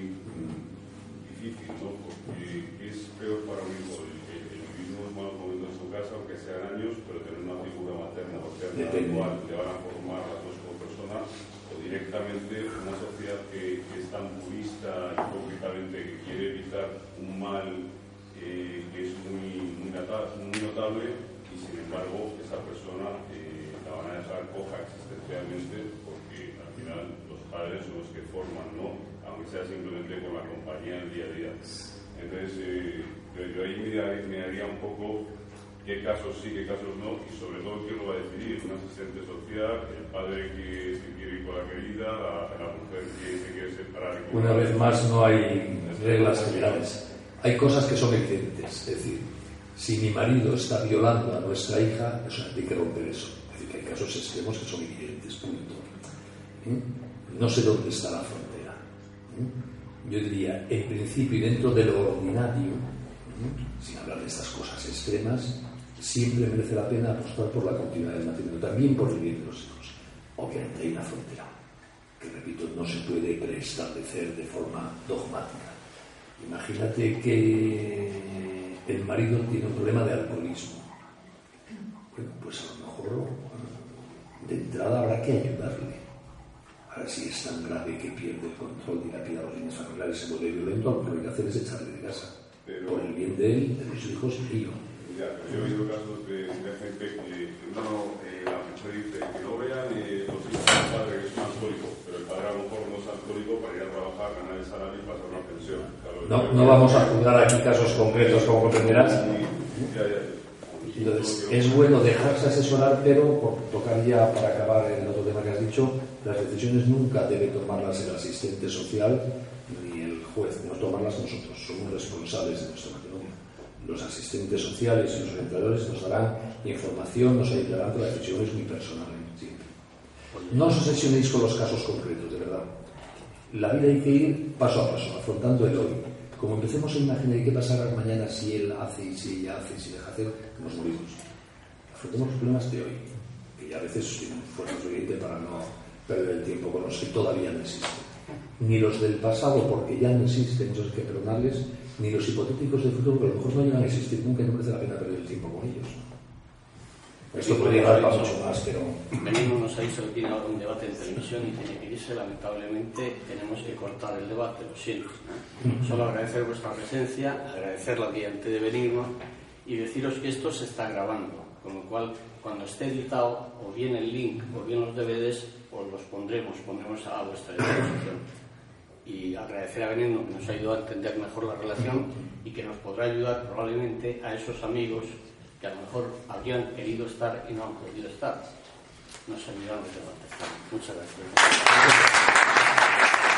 difícil, ¿no? Porque es peor para un hijo el, el, el vivir unos malos momentos en su casa, aunque sean años, pero tener una figura materna o paterna igual le van a formar las dos como personas, o directamente una sociedad que, que es tan purista, hipócritamente, que quiere evitar un mal eh, que es muy, muy, nata- muy notable, y sin embargo esa persona eh, la van a dejar coja existencialmente, porque al final los padres son los que forman, ¿no? Aunque sea simplemente con la compañía del día a día. Entonces eh, yo, yo ahí me daría, me daría un poco qué casos sí, qué casos no, y sobre todo quién lo va a decidir, un asistente social, el padre que se quiere ir con la querida, la, la mujer que se quiere separar. Una vez más, no hay reglas generales. Hay cosas que son evidentes, es decir, si mi marido está violando a nuestra hija, eso hay que romper eso. Es decir, que hay casos extremos que son evidentes, punto. ¿Eh? No sé dónde está la frontera. ¿Eh? Yo diría, en principio y dentro de lo ordinario, ¿eh? sin hablar de estas cosas extremas, siempre merece la pena apostar por la continuidad del matrimonio, también por el bien de los hijos. Obviamente hay una frontera, que repito, no se puede preestablecer de forma dogmática. Imagínate que el marido tiene un problema de alcoholismo. Bueno, pues a lo mejor de entrada habrá que ayudarle. Ahora, si es tan grave que pierde el control y la pida los bienes familiares, se vuelve violento, lo que hay que hacer es echarle de casa. Pero, por el bien de él, de los hijos y yo. Ya, pero yo he oído casos de, de gente que uno, eh, la mujer dice que no vean eh, los hijos del padre que es un alcohólico, pero el padre a lo mejor no es alcohólico para ir a trabajar, ganar el salario y pasar una pensión. Claro, no, no vamos a juzgar aquí casos concretos, como comprenderás. Ya, ya. Entonces, es bueno dejarse asesorar, pero por tocar ya para acabar el otro tema que has dicho, las decisiones nunca debe tomarlas el asistente social ni el juez, no tomarlas nosotros, somos responsables de nuestro matrimonio. Los asistentes sociales y los orientadores nos darán información, nos ayudarán, pero la decisión es muy personal, siempre. No os obsesionéis con los casos concretos, de verdad. La vida hay que ir paso a paso, afrontando el hoy. como empecemos a imaginar qué pasará mañana si él hace y si ella hace y si deja hacer, nos morimos. Afrontemos los problemas de hoy, que ya a veces tienen fuerza suficiente para no perder el tiempo con los que todavía no existen. Ni los del pasado, porque ya no existen, muchos hay que perdonarles, ni los hipotéticos del futuro, que a lo mejor no llegan a existir nunca y no merece la pena perder el tiempo con ellos. Esto podría dar para mucho más, pero... Venimos, nos ha dicho que tiene ahora un debate en televisión y tiene que irse. Lamentablemente tenemos que cortar el debate, lo siento, ¿eh? Solo agradecer vuestra presencia, agradecer la brillante de venirnos y deciros que esto se está grabando, con lo cual cuando esté editado o bien el link o bien los D V Ds os los pondremos, pondremos a vuestra disposición. Y agradecer a Veneno que nos ha ayudado a entender mejor la relación y que nos podrá ayudar probablemente a esos amigos que a lo mejor habrían querido estar y no han podido estar. Nos ayudaron a debate. Muchas gracias.